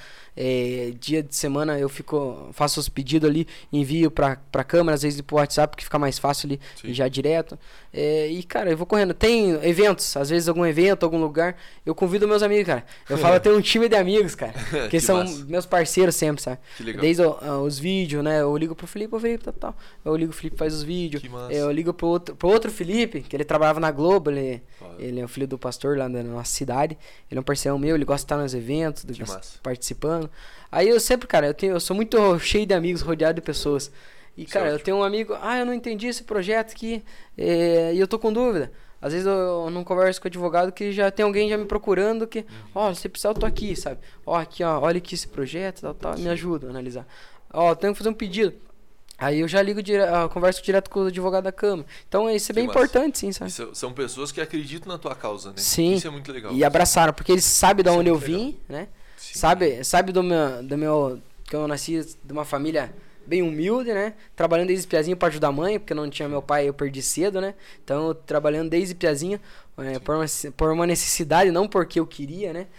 Dia de semana eu faço os pedidos ali, envio pra câmera, às vezes pro WhatsApp, que fica mais fácil ali, já direto. E cara, eu vou correndo. Tem eventos, às vezes algum evento, algum lugar, eu convido meus amigos, cara. Eu falo, eu tenho um time de amigos, cara, que são massa. meus parceiros sempre, sabe? Que legal. Desde os vídeos, né? Eu ligo pro Felipe, tal. Eu ligo, o Felipe faz os vídeos. Que massa. Eu ligo pro outro Felipe, que ele trabalhava na Globo, ele é o filho do pastor lá da nossa cidade. Ele é um parceirão meu, ele gosta de estar nos eventos, participando. Aí eu sempre, cara, eu sou muito cheio de amigos, rodeado de pessoas. E, cara, eu tenho um amigo, eu não entendi esse projeto aqui, e eu tô com dúvida. Às vezes eu não converso com o advogado que já tem alguém já me procurando que, se precisar eu tô aqui, sabe? Aqui, olha aqui esse projeto, tal, me ajuda a analisar. Eu tenho que fazer um pedido. Aí eu já ligo, converso direto com o advogado da Câmara. Então isso é bem importante, sim, sabe? São pessoas que acreditam na tua causa, né? Sim. Isso é muito legal. E abraçaram, porque eles sabem de onde eu vim, legal. né? Sim. Sabe do meu que eu nasci de uma família bem humilde, né? Trabalhando desde piazinho para ajudar a mãe, porque não tinha meu pai, eu perdi cedo, né? Então, eu trabalhando desde piazinho, por uma necessidade, não porque eu queria, né?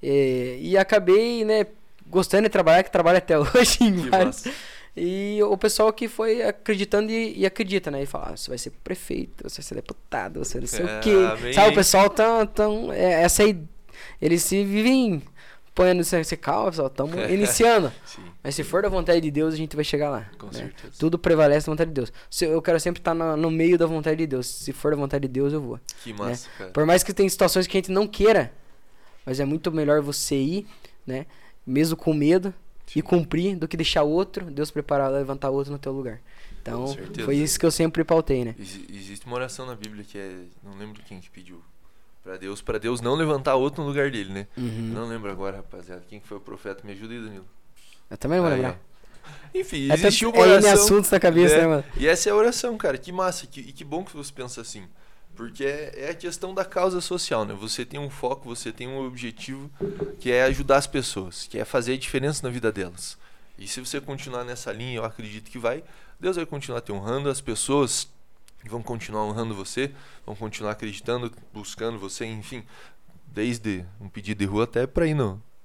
E acabei, né, gostando de trabalhar, que trabalho até hoje em vários. E o pessoal que foi acreditando e acredita, né? E fala, você vai ser prefeito, você vai ser deputado, você não sei o quê. Sabe, o pessoal essa aí, eles se vivem põe esse calma, pessoal, estamos iniciando. Mas se for da vontade de Deus, a gente vai chegar lá. Com certeza. Tudo prevalece da vontade de Deus. Eu quero sempre estar no meio da vontade de Deus. Se for da vontade de Deus, eu vou. Que massa, cara. Por mais que tem situações que a gente não queira, mas é muito melhor você ir, né? Mesmo com medo, e cumprir, do que deixar outro, Deus preparar, levantar outro no teu lugar. Então, foi isso que eu sempre pautei, né? Existe uma oração na Bíblia que não lembro quem que pediu. Pra Deus não levantar outro no lugar dele, né? Não lembro agora, rapaziada. Quem que foi o profeta? Me ajuda aí, Danilo. Eu também não vou lembrar. Enfim, existiu uma oração. assuntos na cabeça, né, mano? E essa é a oração, cara. Que massa. E que bom que você pensa assim. Porque é a questão da causa social, né? Você tem um foco, você tem um objetivo que é ajudar as pessoas, que é fazer a diferença na vida delas. E se você continuar nessa linha, eu acredito que Deus vai continuar te honrando, as pessoas vão continuar honrando você, vão continuar acreditando, buscando você, enfim, desde um pedido de rua até para ir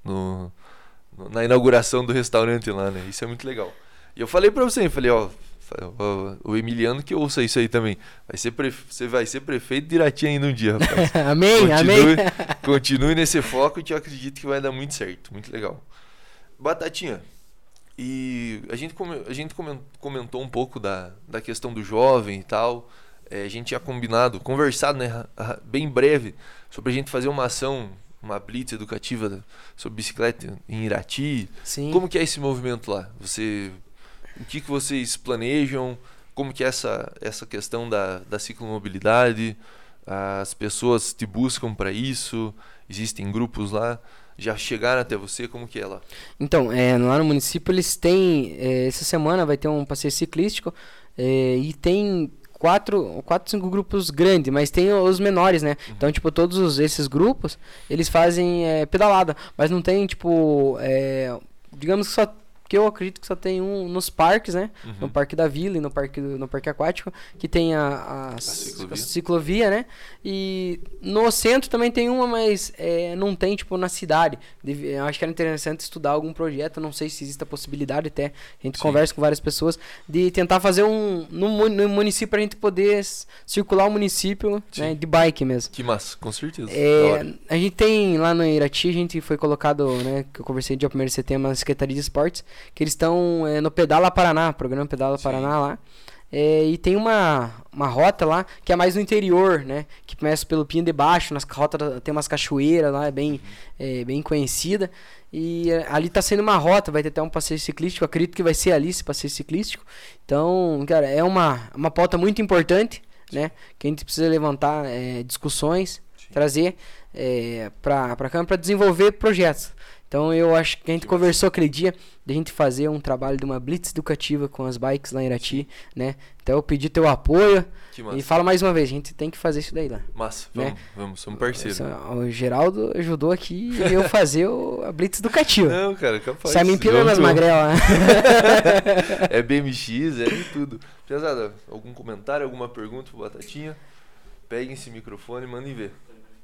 na inauguração do restaurante lá, né? Isso é muito legal. E eu falei para você, o Emiliano que ouça isso aí também. Você vai ser prefeito de Irati ainda um dia, rapaz. Amém. Continue nesse foco que eu acredito que vai dar muito certo. Muito legal. Batatinha, e a gente comentou um pouco da questão do jovem e tal. A gente tinha conversado, né, bem breve, sobre a gente fazer uma ação, uma blitz educativa sobre bicicleta em Irati. Sim. Como que é esse movimento lá? O que vocês planejam? Como que é essa questão da ciclomobilidade? As pessoas te buscam para isso? Existem grupos lá? Já chegaram até você? Como que é lá? Então, lá no município eles têm... essa semana vai ter um passeio ciclístico e tem 5 grupos grandes, mas tem os menores, né? Então, tipo, todos esses grupos, eles fazem pedalada, mas não tem, tipo... digamos que só porque eu acredito que só tem um nos parques, né? No Parque da Vila e no parque aquático, que tem a ciclovia, né? E no centro também tem uma, mas não tem, tipo, na cidade. Eu acho que era interessante estudar algum projeto, não sei se existe a possibilidade até, a gente conversa com várias pessoas, de tentar fazer no município pra gente poder circular o município, né, de bike mesmo. Que massa, com certeza. A gente tem lá no Irati, a gente foi colocado, né, que eu conversei dia 1º de setembro na Secretaria de Esportes, que eles estão no Pedala Paraná, programa Pedala Paraná lá. E tem uma rota lá que é mais no interior, né? Que começa pelo Pinho de Baixo, nas rotas tem umas cachoeiras lá, é bem conhecida. E ali tá sendo uma rota, vai ter até um passeio ciclístico, acredito que vai ser ali esse passeio ciclístico. Então, cara, é uma pauta muito importante, né? Que a gente precisa levantar discussões, trazer para a Câmara para desenvolver projetos. Então eu acho que a gente conversou aquele dia de a gente fazer um trabalho de uma blitz educativa com as bikes lá em Irati, né? Então eu pedi teu apoio e fala mais uma vez, a gente tem que fazer isso daí lá. Massa, né? Vamos, somos parceiros. O Geraldo ajudou aqui e eu fazer a blitz educativa. Não, cara, capaz. Sai me empina nas magrelas. É BMX, é tudo. Pesada, algum comentário, alguma pergunta pro Batatinha? Peguem esse microfone e mandem ver.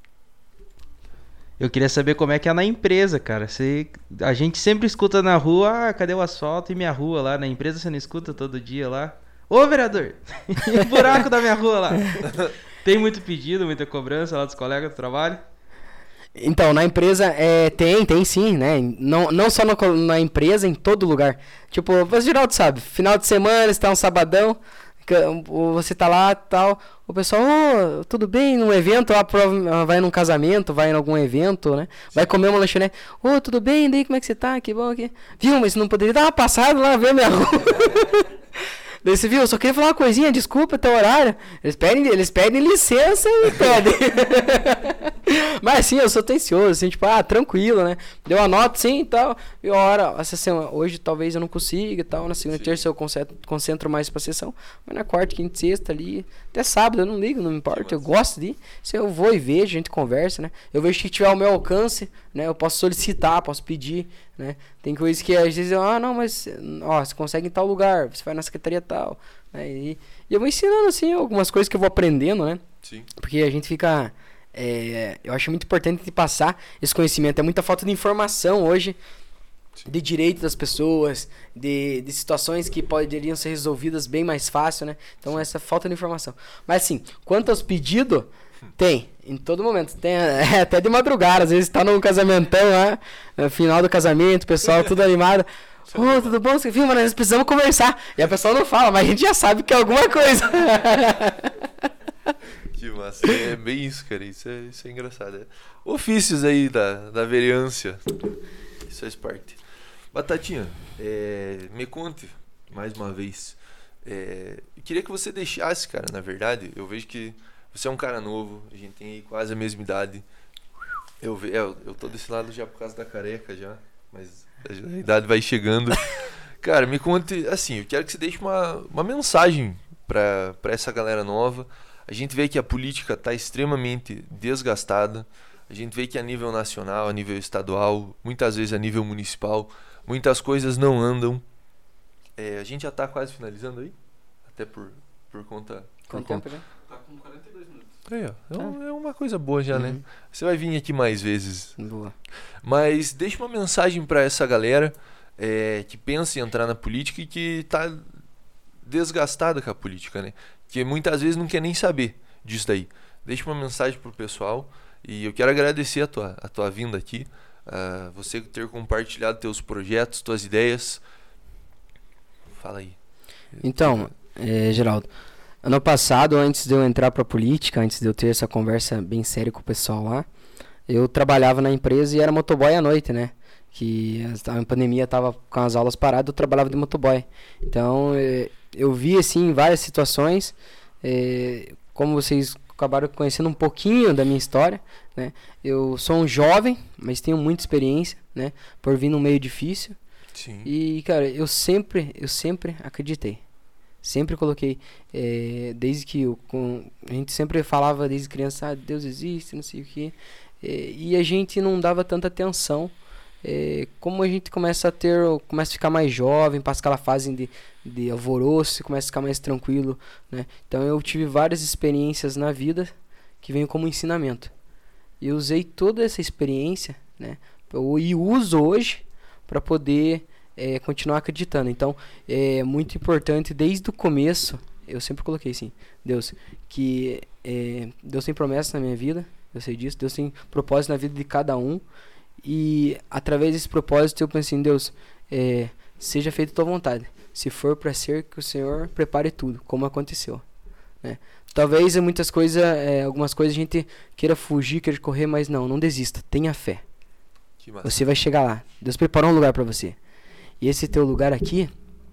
Eu queria saber como é que é na empresa, cara. A gente sempre escuta na rua, cadê o asfalto e minha rua lá? Na empresa você não escuta todo dia lá? Ô, vereador, e o buraco da minha rua lá? Tem muito pedido, muita cobrança lá dos colegas do trabalho? Então, na empresa tem sim, né? Não só na empresa, em todo lugar. Tipo, o Geraldo sabe, final de semana, está um sabadão, você tá lá e tal, o pessoal, tudo bem, num evento, vai num casamento, vai em algum evento, né? Vai comer uma lanchonete, tudo bem, daí como é que você tá? Que bom aqui. Viu, mas você não poderia dar uma passada lá, ver minha rua. Daí você viu, eu só queria falar uma coisinha, desculpa, teu horário. Eles pedem licença e pedem. Mas sim, eu sou atencioso, assim, tipo, tranquilo, né? Deu a nota, sim, e tal. E essa semana, hoje talvez eu não consiga e tal. Na segunda e terça eu concentro mais pra sessão. Mas na quarta, quinta e sexta ali, até sábado, eu não ligo, não me importa. Eu gosto de ir. Se eu vou e vejo, a gente conversa, né? Eu vejo que tiver ao meu alcance, né? Eu posso solicitar, posso pedir, né? Tem coisas que às vezes não, mas você consegue em tal lugar, você vai na secretaria tal, né? E eu vou ensinando assim algumas coisas que eu vou aprendendo, né? Sim. Porque a gente fica eu acho muito importante de passar esse conhecimento. É muita falta de informação hoje. Sim. De direitos das pessoas, de situações que poderiam ser resolvidas bem mais fácil, né? Então, sim, essa falta de informação. Mas assim, quanto aos pedidos, tem, em todo momento. Tem até de madrugada, às vezes tá num casamentão lá, no final do casamento, o pessoal tudo animado. Tudo bom? Você viu, mano? Nós precisamos conversar. E a pessoa não fala, mas a gente já sabe que é alguma coisa. Que massa. É bem isso, cara. Isso é engraçado. Ofícios aí da vereância. Isso faz parte. Batatinha, me conte mais uma vez. Eu queria que você deixasse, cara, na verdade. Eu vejo que você é um cara novo, a gente tem aí quase a mesma idade. Eu tô desse lado já por causa da careca já, mas a idade vai chegando. Cara, me conte, assim, eu quero que você deixe uma mensagem pra essa galera nova. A gente vê que a política tá extremamente desgastada. A gente vê que a nível nacional, a nível estadual, muitas vezes a nível municipal, muitas coisas não andam. A gente já tá quase finalizando aí? Até por conta... Quanto tempo, né? Tá com 42 minutos. É uma coisa boa já, né? Você vai vir aqui mais vezes. Boa. Mas deixa uma mensagem pra essa galera que pensa em entrar na política e que tá desgastada com a política, né? Que muitas vezes não quer nem saber disso daí. Deixa uma mensagem pro pessoal. E eu quero agradecer a tua vinda aqui, você ter compartilhado teus projetos, tuas ideias. Fala aí. Então, Geraldo, ano passado, antes de eu entrar pra política, antes de eu ter essa conversa bem séria com o pessoal lá, eu trabalhava na empresa e era motoboy à noite, né? Que a pandemia tava com as aulas paradas, eu trabalhava de motoboy. Então, eu vi, assim, várias situações, como vocês acabaram conhecendo um pouquinho da minha história, né? Eu sou um jovem, mas tenho muita experiência, né? Por vir num meio difícil. Sim. E, cara, eu sempre acreditei. Sempre coloquei, desde que a gente sempre falava desde criança, Deus existe, não sei o quê. E a gente não dava tanta atenção como a gente começa a ficar mais jovem, passa aquela fase de alvoroço, começa a ficar mais tranquilo, né? Então eu tive várias experiências na vida que veio como ensinamento. E eu usei toda essa experiência, né? E uso hoje para poder continuar acreditando. Então é muito importante desde o começo. Eu sempre coloquei assim, Deus tem promessa na minha vida, eu sei disso, Deus tem propósito na vida de cada um, e através desse propósito eu pensei em Deus, seja feita a tua vontade, se for para ser, que o Senhor prepare tudo, como aconteceu, né? Talvez muitas coisas, algumas coisas a gente queira fugir, queira correr, mas não desista, tenha fé, você vai chegar lá, Deus preparou um lugar para você, e esse teu lugar aqui,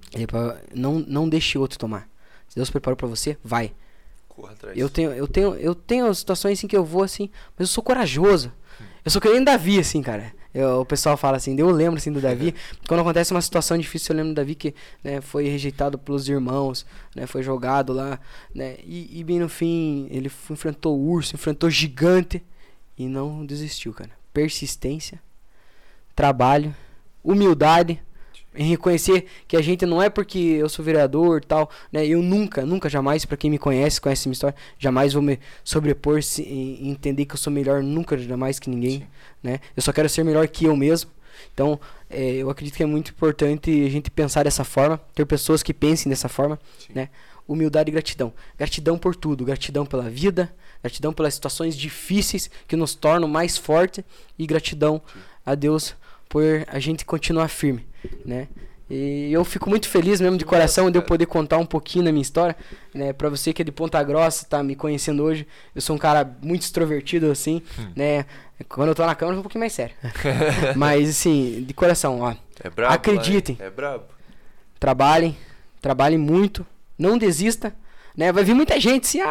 não deixe outro tomar. Se Deus preparou pra você, vai. Corra atrás. Eu tenho situações assim que eu vou assim, mas eu sou corajoso. Eu sou que nem Davi, assim, cara. O pessoal fala assim, eu lembro assim do Davi. Quando acontece uma situação difícil, eu lembro do Davi que, né, foi rejeitado pelos irmãos, né, foi jogado lá, né, e bem no fim ele enfrentou o urso, enfrentou o gigante e não desistiu, cara. Persistência, trabalho, humildade, em reconhecer que a gente não é porque eu sou vereador e tal, né? Eu nunca, jamais, pra quem me conhece minha história, jamais vou me sobrepor e entender que eu sou melhor, nunca, jamais que ninguém, sim, né? Eu só quero ser melhor que eu mesmo. Então, eu acredito que é muito importante a gente pensar dessa forma, ter pessoas que pensem dessa forma, sim, né? Humildade e gratidão. Gratidão por tudo, gratidão pela vida, gratidão pelas situações difíceis que nos tornam mais fortes e gratidão, sim, a Deus por a gente continuar firme, né? E eu fico muito feliz mesmo de coração de eu poder contar um pouquinho da minha história, né? Pra você que é de Ponta Grossa, tá me conhecendo hoje, eu sou um cara muito extrovertido, assim, né? Quando eu tô na câmera eu sou um pouquinho mais sério. Mas, assim, de coração, ó. É brabo, acreditem. É brabo. Trabalhem muito, não desista, né? Vai vir muita gente assim,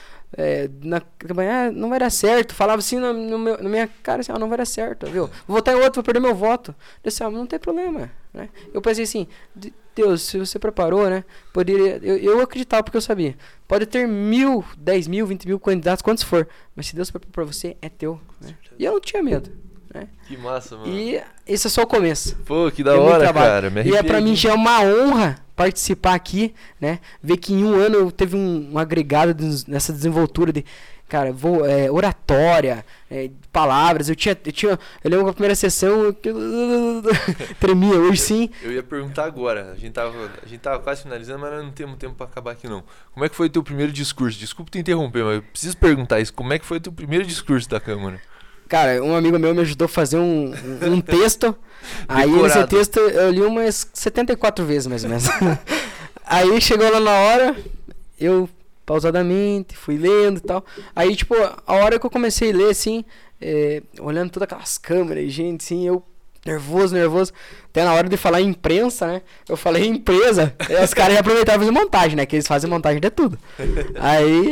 na campanha, não vai dar certo. Falava assim na minha cara, assim, não vai dar certo, viu? Vou votar em outro, vou perder meu voto. Eu disse, não tem problema, né? Eu pensei assim, Deus, se você preparou, né? Poderia, eu acreditava porque eu sabia. Pode ter 1.000, 10.000, 20.000 candidatos, quantos for, mas se Deus preparou pra você, é teu, né? E eu não tinha medo, né? Que massa, mano. E esse é só o começo. Pô, que da hora, cara. E pra mim já é uma honra participar aqui, né? Ver que em um ano eu teve um agregado nessa desenvoltura de, cara, oratória, palavras. Eu lembro que a primeira sessão eu tremia, hoje sim. Eu ia perguntar agora. A gente tava quase finalizando, mas nós não temos tempo pra acabar aqui não. Como é que foi o teu primeiro discurso? Desculpa te interromper, mas eu preciso perguntar isso. Como é que foi o teu primeiro discurso da Câmara? Cara, um amigo meu me ajudou a fazer um texto. Aí esse texto eu li umas 74 vezes, mais ou menos. Aí chegou lá na hora, eu pausadamente fui lendo e tal. Aí, tipo, a hora que eu comecei a ler, assim, olhando todas aquelas câmeras e gente, assim, eu nervoso. Até na hora de falar imprensa, né? Eu falei empresa. Aí os caras aproveitaram fazer montagem, né? Que eles fazem montagem de tudo. Aí,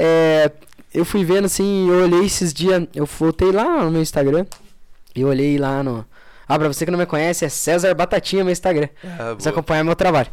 eu fui vendo assim, eu olhei esses dias, eu voltei lá no meu Instagram, e olhei lá no... pra você que não me conhece, é César Batatinha meu Instagram, você acompanhar meu trabalho.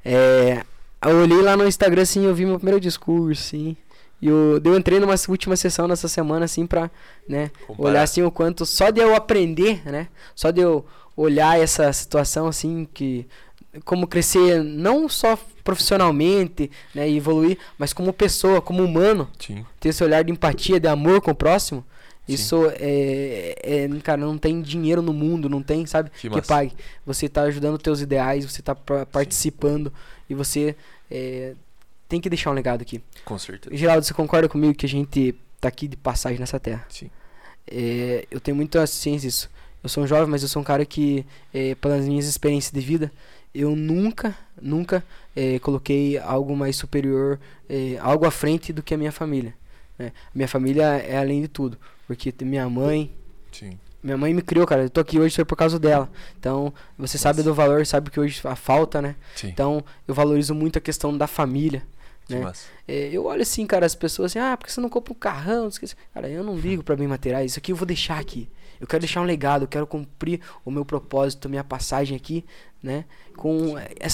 Eu olhei lá no Instagram, assim, eu vi meu primeiro discurso, assim, e eu entrei numa última sessão nessa semana, assim, pra, né, olhar, assim, o quanto, só de eu aprender, né, só de eu olhar essa situação, assim, que... como crescer não só profissionalmente, né, e evoluir, mas como pessoa, como humano. Sim. Ter esse olhar de empatia, de amor com o próximo. Sim. Isso cara, não tem dinheiro no mundo, não tem, sabe, que pague. Você tá ajudando os teus ideais, você tá participando. Sim. E você tem que deixar um legado aqui. Com certeza. Geraldo, você concorda comigo que a gente tá aqui de passagem nessa terra? Sim. Eu tenho muita ciência disso. Eu sou um jovem, mas eu sou um cara que, pelas minhas experiências de vida, eu nunca coloquei algo mais superior, algo à frente do que a minha família, né? Minha família é além de tudo, porque minha mãe... Sim. Minha mãe me criou, cara. Eu tô aqui hoje foi por causa dela. Então, você sabe do valor, sabe que hoje a falta, né? Sim. Então, eu valorizo muito a questão da família, né? Eu olho assim, cara, as pessoas assim, por que você não compra um carrão? Cara, eu não ligo pra bem materiais. Isso aqui eu vou deixar aqui. Eu quero deixar um legado, eu quero cumprir o meu propósito, minha passagem aqui, né? Com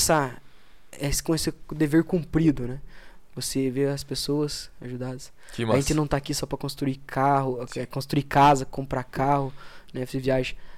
esse dever cumprido, né? Você vê as pessoas ajudadas. A gente não tá aqui só pra construir carro, construir casa, comprar carro, né? Fazer viagem.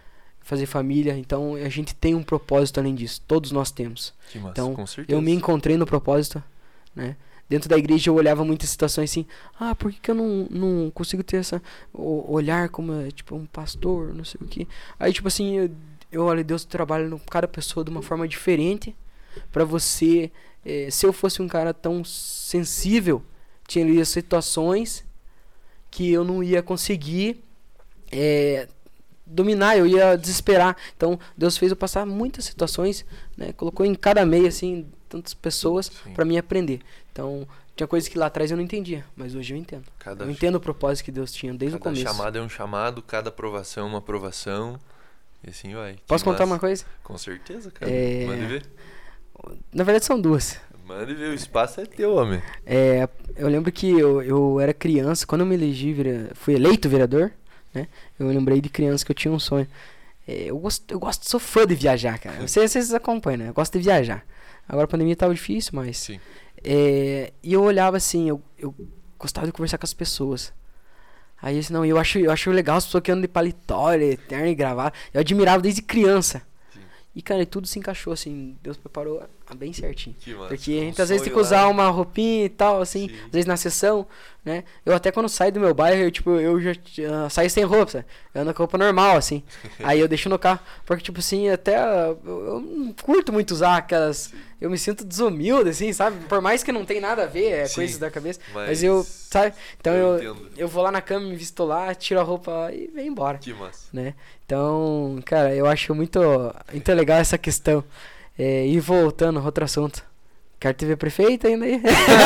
fazer família. Então a gente tem um propósito além disso. Todos nós temos. Que massa, Então com certeza. eu me encontrei no propósito, né? Dentro da igreja eu olhava muitas situações assim, por que eu não consigo ter essa olhar como tipo um pastor, não sei o que. Aí tipo assim, eu olho, Deus trabalha com cada pessoa de uma forma diferente pra você. Se eu fosse um cara tão sensível, tinha ali situações que eu não ia conseguir dominar, eu ia desesperar. Então Deus fez eu passar muitas situações, né? Colocou em cada meio assim tantas pessoas para mim aprender. Então tinha coisas que lá atrás eu não entendia, mas hoje eu entendo. Eu entendo o propósito que Deus tinha desde o começo. Cada chamado é um chamado, cada aprovação é uma aprovação, e assim vai. Posso contar uma coisa? Com certeza, cara. Mande ver. Na verdade são duas. Mande ver, o espaço é teu, homem. Eu lembro que eu era criança, quando eu me elegi, fui eleito vereador, né? Eu lembrei de criança que eu tinha um sonho. Sou fã de viajar, cara. Vocês acompanham, né? Eu gosto de viajar. Agora a pandemia tava difícil, mas... Sim. E eu olhava assim, eu gostava de conversar com as pessoas. Aí assim, não, eu acho legal as pessoas que andam de paletó, terno e gravata. Eu admirava desde criança. Sim. E cara, tudo se encaixou assim, Deus preparou bem certinho. Que massa. Porque a gente às vezes tem que usar uma roupinha e tal, assim, às vezes na sessão, né? Eu até quando saio do meu bairro, eu já saio sem roupa, sabe? Eu ando com roupa normal, assim. Aí eu deixo no carro, porque tipo assim, até eu não curto muito usar aquelas... Sim. Eu me sinto desumilde, assim, sabe? Por mais que não tem nada a ver, coisa da cabeça. Mas eu, sabe? Então eu vou lá na cama, me visto lá, tiro a roupa e venho embora. Que massa. Né? Então, cara, eu acho muito legal essa questão. E voltando, outro assunto. Quero te ver prefeito ainda aí?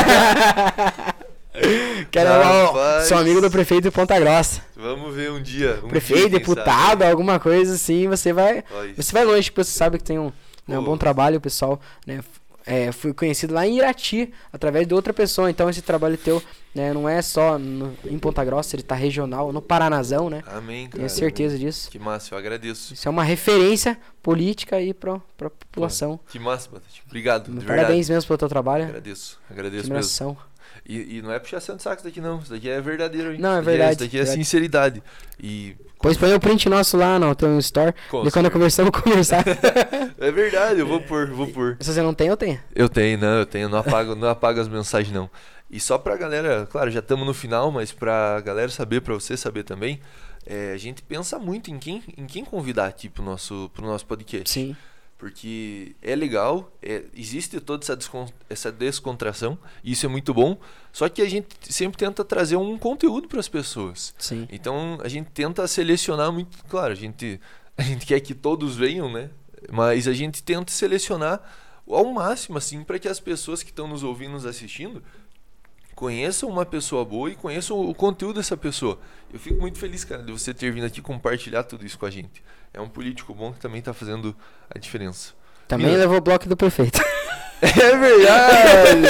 Sou amigo do prefeito de Ponta Grossa. Vamos ver um dia. Prefeito, deputado, alguma coisa assim, você vai longe, porque você sabe que tem um bom trabalho, o pessoal, né? Fui conhecido lá em Irati, através de outra pessoa. Então esse trabalho teu, né, não é só em Ponta Grossa, ele tá regional, no Paranazão, né? Amém, cara. Tenho certeza disso. Que massa, eu agradeço. Isso é uma referência política aí pra população. Que massa, Batatinha. Obrigado, de Parabéns verdade. mesmo pelo teu trabalho. Agradeço mesmo. E não é puxação de saco isso daqui não, isso daqui é verdadeiro, hein? Não, é verdade. Isso daqui é sinceridade. E... Pois põe o print nosso lá no teu store. E quando eu conversar, eu vou conversar. É verdade, eu vou pôr. Se você não tem, eu tenho. Eu tenho. Não apago as mensagens não. E só pra galera, claro, já estamos no final, mas pra galera saber, pra você saber também, a gente pensa muito em quem convidar aqui pro nosso podcast. Sim. Porque é legal, existe toda essa descontração, e isso é muito bom, só que a gente sempre tenta trazer um conteúdo para as pessoas. Sim. Então a gente tenta selecionar muito, claro, a gente quer que todos venham, né? Mas a gente tenta selecionar ao máximo, assim, para que as pessoas que estão nos ouvindo, nos assistindo, conheçam uma pessoa boa e conheçam o conteúdo dessa pessoa. Eu fico muito feliz, cara, de você ter vindo aqui compartilhar tudo isso com a gente. É um político bom que também está fazendo a diferença. Também levou o bloco do prefeito. É verdade!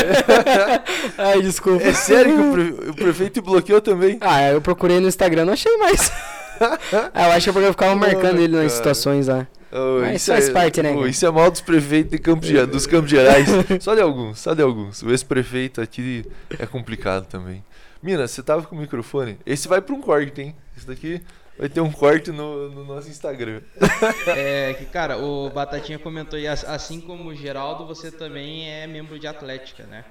Ai, desculpa. É sério que o prefeito bloqueou também? Eu procurei no Instagram, não achei mais. Eu acho que eu ficava marcando ele nas situações lá. Mas faz parte, né? Isso é mal dos prefeitos dos Campos Gerais. Só de alguns. O ex-prefeito aqui é complicado também. Mina, você tava com o microfone? Esse vai para um corte, hein? Esse daqui vai ter um corte no nosso Instagram. Cara, o Batatinha comentou aí, assim como o Geraldo, você também é membro de Atlética, né?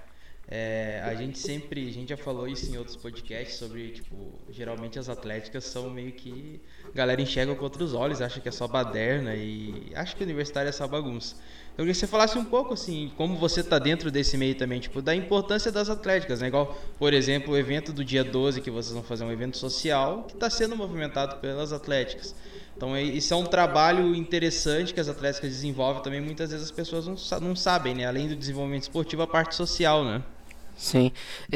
A gente já falou isso em outros podcasts sobre, tipo, geralmente as atléticas são meio que... A galera enxerga com outros olhos, acha que é só baderna e acha que o universitário é só bagunça. Eu queria que você falasse um pouco, assim, como você tá dentro desse meio também, tipo, da importância das atléticas, né? Igual, por exemplo, o evento do dia 12, que vocês vão fazer um evento social, que está sendo movimentado pelas atléticas. Então, isso é um trabalho interessante que as atléticas desenvolvem também. Muitas vezes as pessoas não sabem, né? Além do desenvolvimento esportivo, a parte social, né? Sim.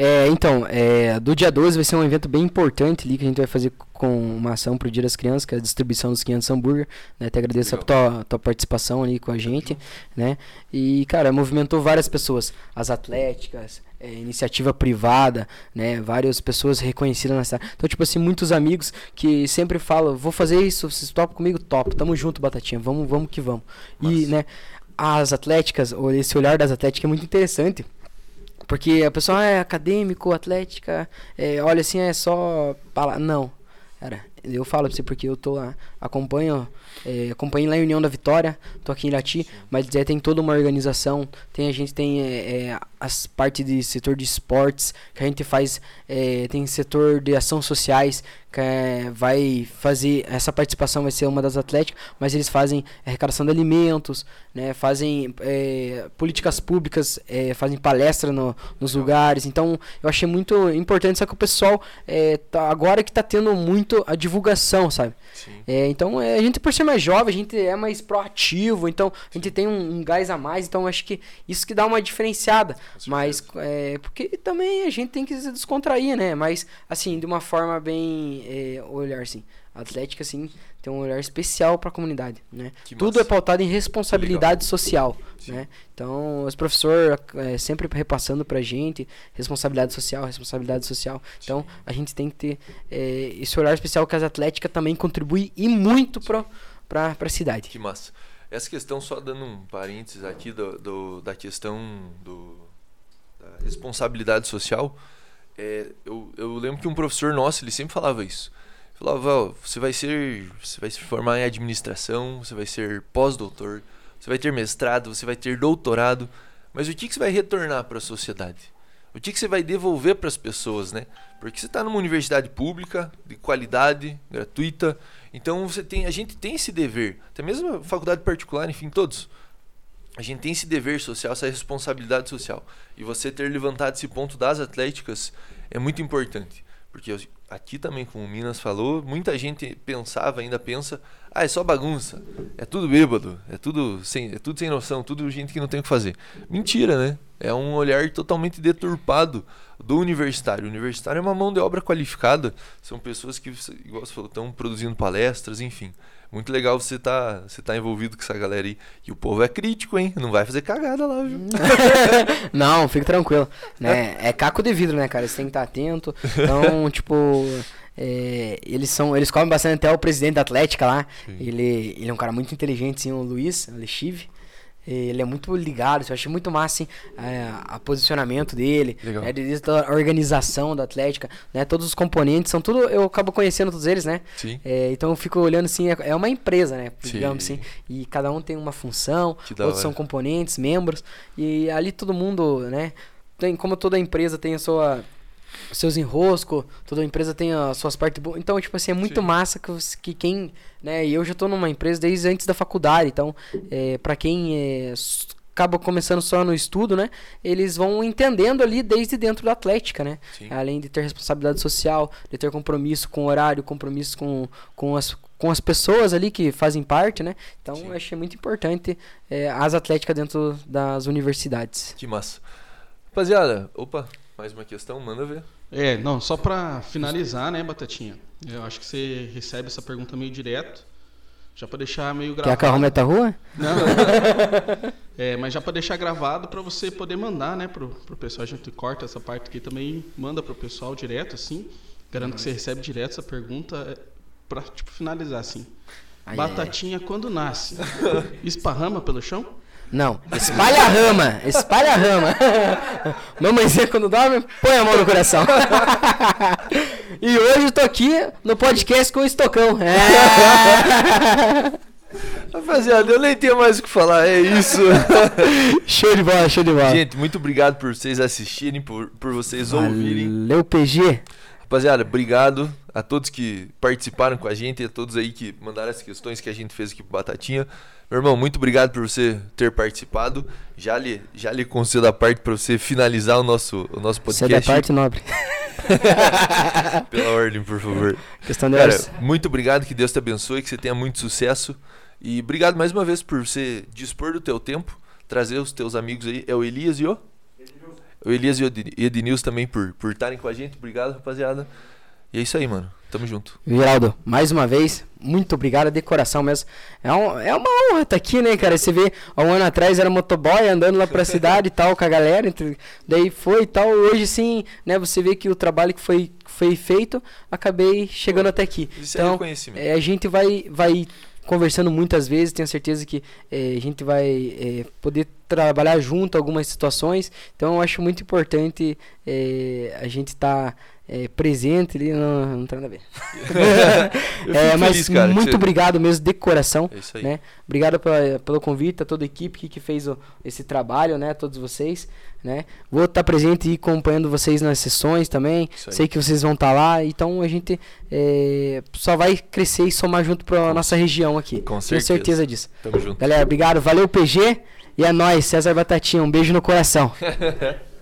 Do dia 12 vai ser um evento bem importante ali, que a gente vai fazer com uma ação pro Dia das Crianças, que é a distribuição dos 500 hambúrguer, né? Até agradeço a tua participação ali com a gente, né? E, cara, movimentou várias pessoas, as atléticas, iniciativa privada, né? Várias pessoas reconhecidas na cidade. Então, tipo assim, muitos amigos que sempre falam, vou fazer isso, vocês topam comigo? Topo, tamo junto, Batatinha, vamos que vamos. Nossa. E, né, as atléticas, esse olhar das atléticas é muito interessante. Porque a pessoa é acadêmico, atlética, olha assim, é só... Não, cara, Eu falo pra você porque eu tô lá, acompanho lá em União da Vitória, tô aqui em Irati, mas tem toda uma organização, a gente tem as partes de setor de esportes, que a gente faz, tem setor de ações sociais, que vai fazer, essa participação vai ser uma das atléticas, mas eles fazem arrecadação de alimentos, né, fazem políticas públicas, fazem palestra nos lugares. Então eu achei muito importante, só que o pessoal agora que tá tendo muito a divulgação, sabe? Então a gente, por ser mais jovem, a gente é mais proativo, então a gente tem um gás a mais, então acho que isso que dá uma diferenciada, mas porque também a gente tem que se descontrair, né? Mas assim, de uma forma bem olhar assim, a Atlética assim tem um olhar especial para a comunidade, né? Tudo é pautado em responsabilidade social, né? Então os professores sempre repassando pra gente responsabilidade social. Então a gente tem que ter esse olhar especial que as Atléticas também contribui e muito para a cidade. Que massa. Essa questão, só dando um parênteses aqui da questão da responsabilidade social, eu lembro que um professor nosso, ele sempre falava isso. Falava, você vai se formar em administração, você vai ser pós-doutor, você vai ter mestrado, você vai ter doutorado, mas o que você vai retornar para a sociedade? O que você vai devolver para as pessoas, né? Porque você está numa universidade pública, de qualidade, gratuita, então a gente tem esse dever, até mesmo a faculdade particular, enfim, todos. A gente tem esse dever social, essa responsabilidade social. E você ter levantado esse ponto das Atléticas é muito importante. Porque aqui também, como o Minas falou, muita gente pensava, ainda pensa, é só bagunça, é tudo bêbado, é tudo sem noção, tudo gente que não tem o que fazer. Mentira, né? É um olhar totalmente deturpado do universitário. O universitário é uma mão de obra qualificada, são pessoas que, igual você falou, estão produzindo palestras, enfim. Muito legal você tá envolvido com essa galera aí. E o povo é crítico, hein? Não vai fazer cagada lá, viu? Não, fica tranquilo. Né? É caco de vidro, né, cara? Você tem que estar atento. Então, tipo... eles comem bastante, até o presidente da Atlética lá. Ele é um cara muito inteligente, sim, o Luiz Alechive. Ele é muito ligado, eu achei muito massa, assim, a posicionamento dele, a organização da Atlética, né? Todos os componentes são tudo, eu acabo conhecendo todos eles, né? Então eu fico olhando assim, é uma empresa, né? Digamos assim, e cada um tem uma função, outros são componentes, membros, e ali todo mundo, né? Como toda empresa tem seus enroscos, toda empresa tem as suas partes boas. Então, tipo assim, é muito massa que quem... né, e eu já tô numa empresa desde antes da faculdade, então, pra quem acaba começando só no estudo, né, eles vão entendendo ali desde dentro da Atlética, né, além de ter responsabilidade social, de ter compromisso com o horário, compromisso com as pessoas ali que fazem parte, né, então eu achei muito importante as Atléticas dentro das universidades. Que massa. Rapaziada, mais uma questão, manda ver. Não, só pra finalizar, né, Batatinha? Eu acho que você recebe essa pergunta meio direto, já pra deixar meio gravado. Quer que arrume a rua? Não. Mas já pra deixar gravado pra você poder mandar, né, pro pessoal. A gente corta essa parte aqui também, manda pro pessoal direto, assim. Garanto que você recebe direto essa pergunta pra, tipo, finalizar, assim. Batatinha, quando nasce, esparrama pelo chão? Não, espalha a rama. Mamãezinha quando dorme, põe a mão no coração. E hoje eu tô aqui no podcast com o Estocão. Rapaziada, eu nem tenho mais o que falar, é isso. Show de bola. Gente, muito obrigado por vocês assistirem, por vocês ouvirem. Valeu, PG. Rapaziada, obrigado a todos que participaram com a gente e a todos aí que mandaram as questões que a gente fez aqui pro Batatinha. Meu irmão, muito obrigado por você ter participado. Já lhe concedo a parte para você finalizar o nosso podcast. Você é da parte nobre. Pela ordem, por favor. Questão de Cara, muito obrigado, que Deus te abençoe, que você tenha muito sucesso. E obrigado mais uma vez por você dispor do teu tempo, trazer os teus amigos aí. É o Elias e o Elias e o Ednilson também por estarem com a gente. Obrigado, rapaziada. E é isso aí, mano. Tamo junto. Geraldo, mais uma vez, muito obrigado, de coração mesmo. É uma honra estar aqui, né, cara? Você vê, há um ano atrás era motoboy, andando lá pra cidade e tal, com a galera. Daí foi e tal. Hoje sim, né, você vê que o trabalho que foi feito, acabei chegando até aqui. Isso então, é reconhecimento. A gente vai conversando muitas vezes, tenho certeza que a gente vai poder trabalhar junto em algumas situações, então eu acho muito importante a gente estar presente ali, não tem nada a ver. Eu fico Mas feliz, cara, que muito você- obrigado mesmo, de coração. É isso aí. Né? Obrigado pelo convite, a toda a equipe que fez esse trabalho, né? Todos vocês, né? Vou estar presente e acompanhando vocês nas sessões também. Isso aí. Sei que vocês vão estar lá, então a gente só vai crescer e somar junto para nossa região aqui. Com Tenho certeza. certeza disso. Tamo junto. Galera, obrigado, valeu PG e é nóis, César Batatinha, um beijo no coração.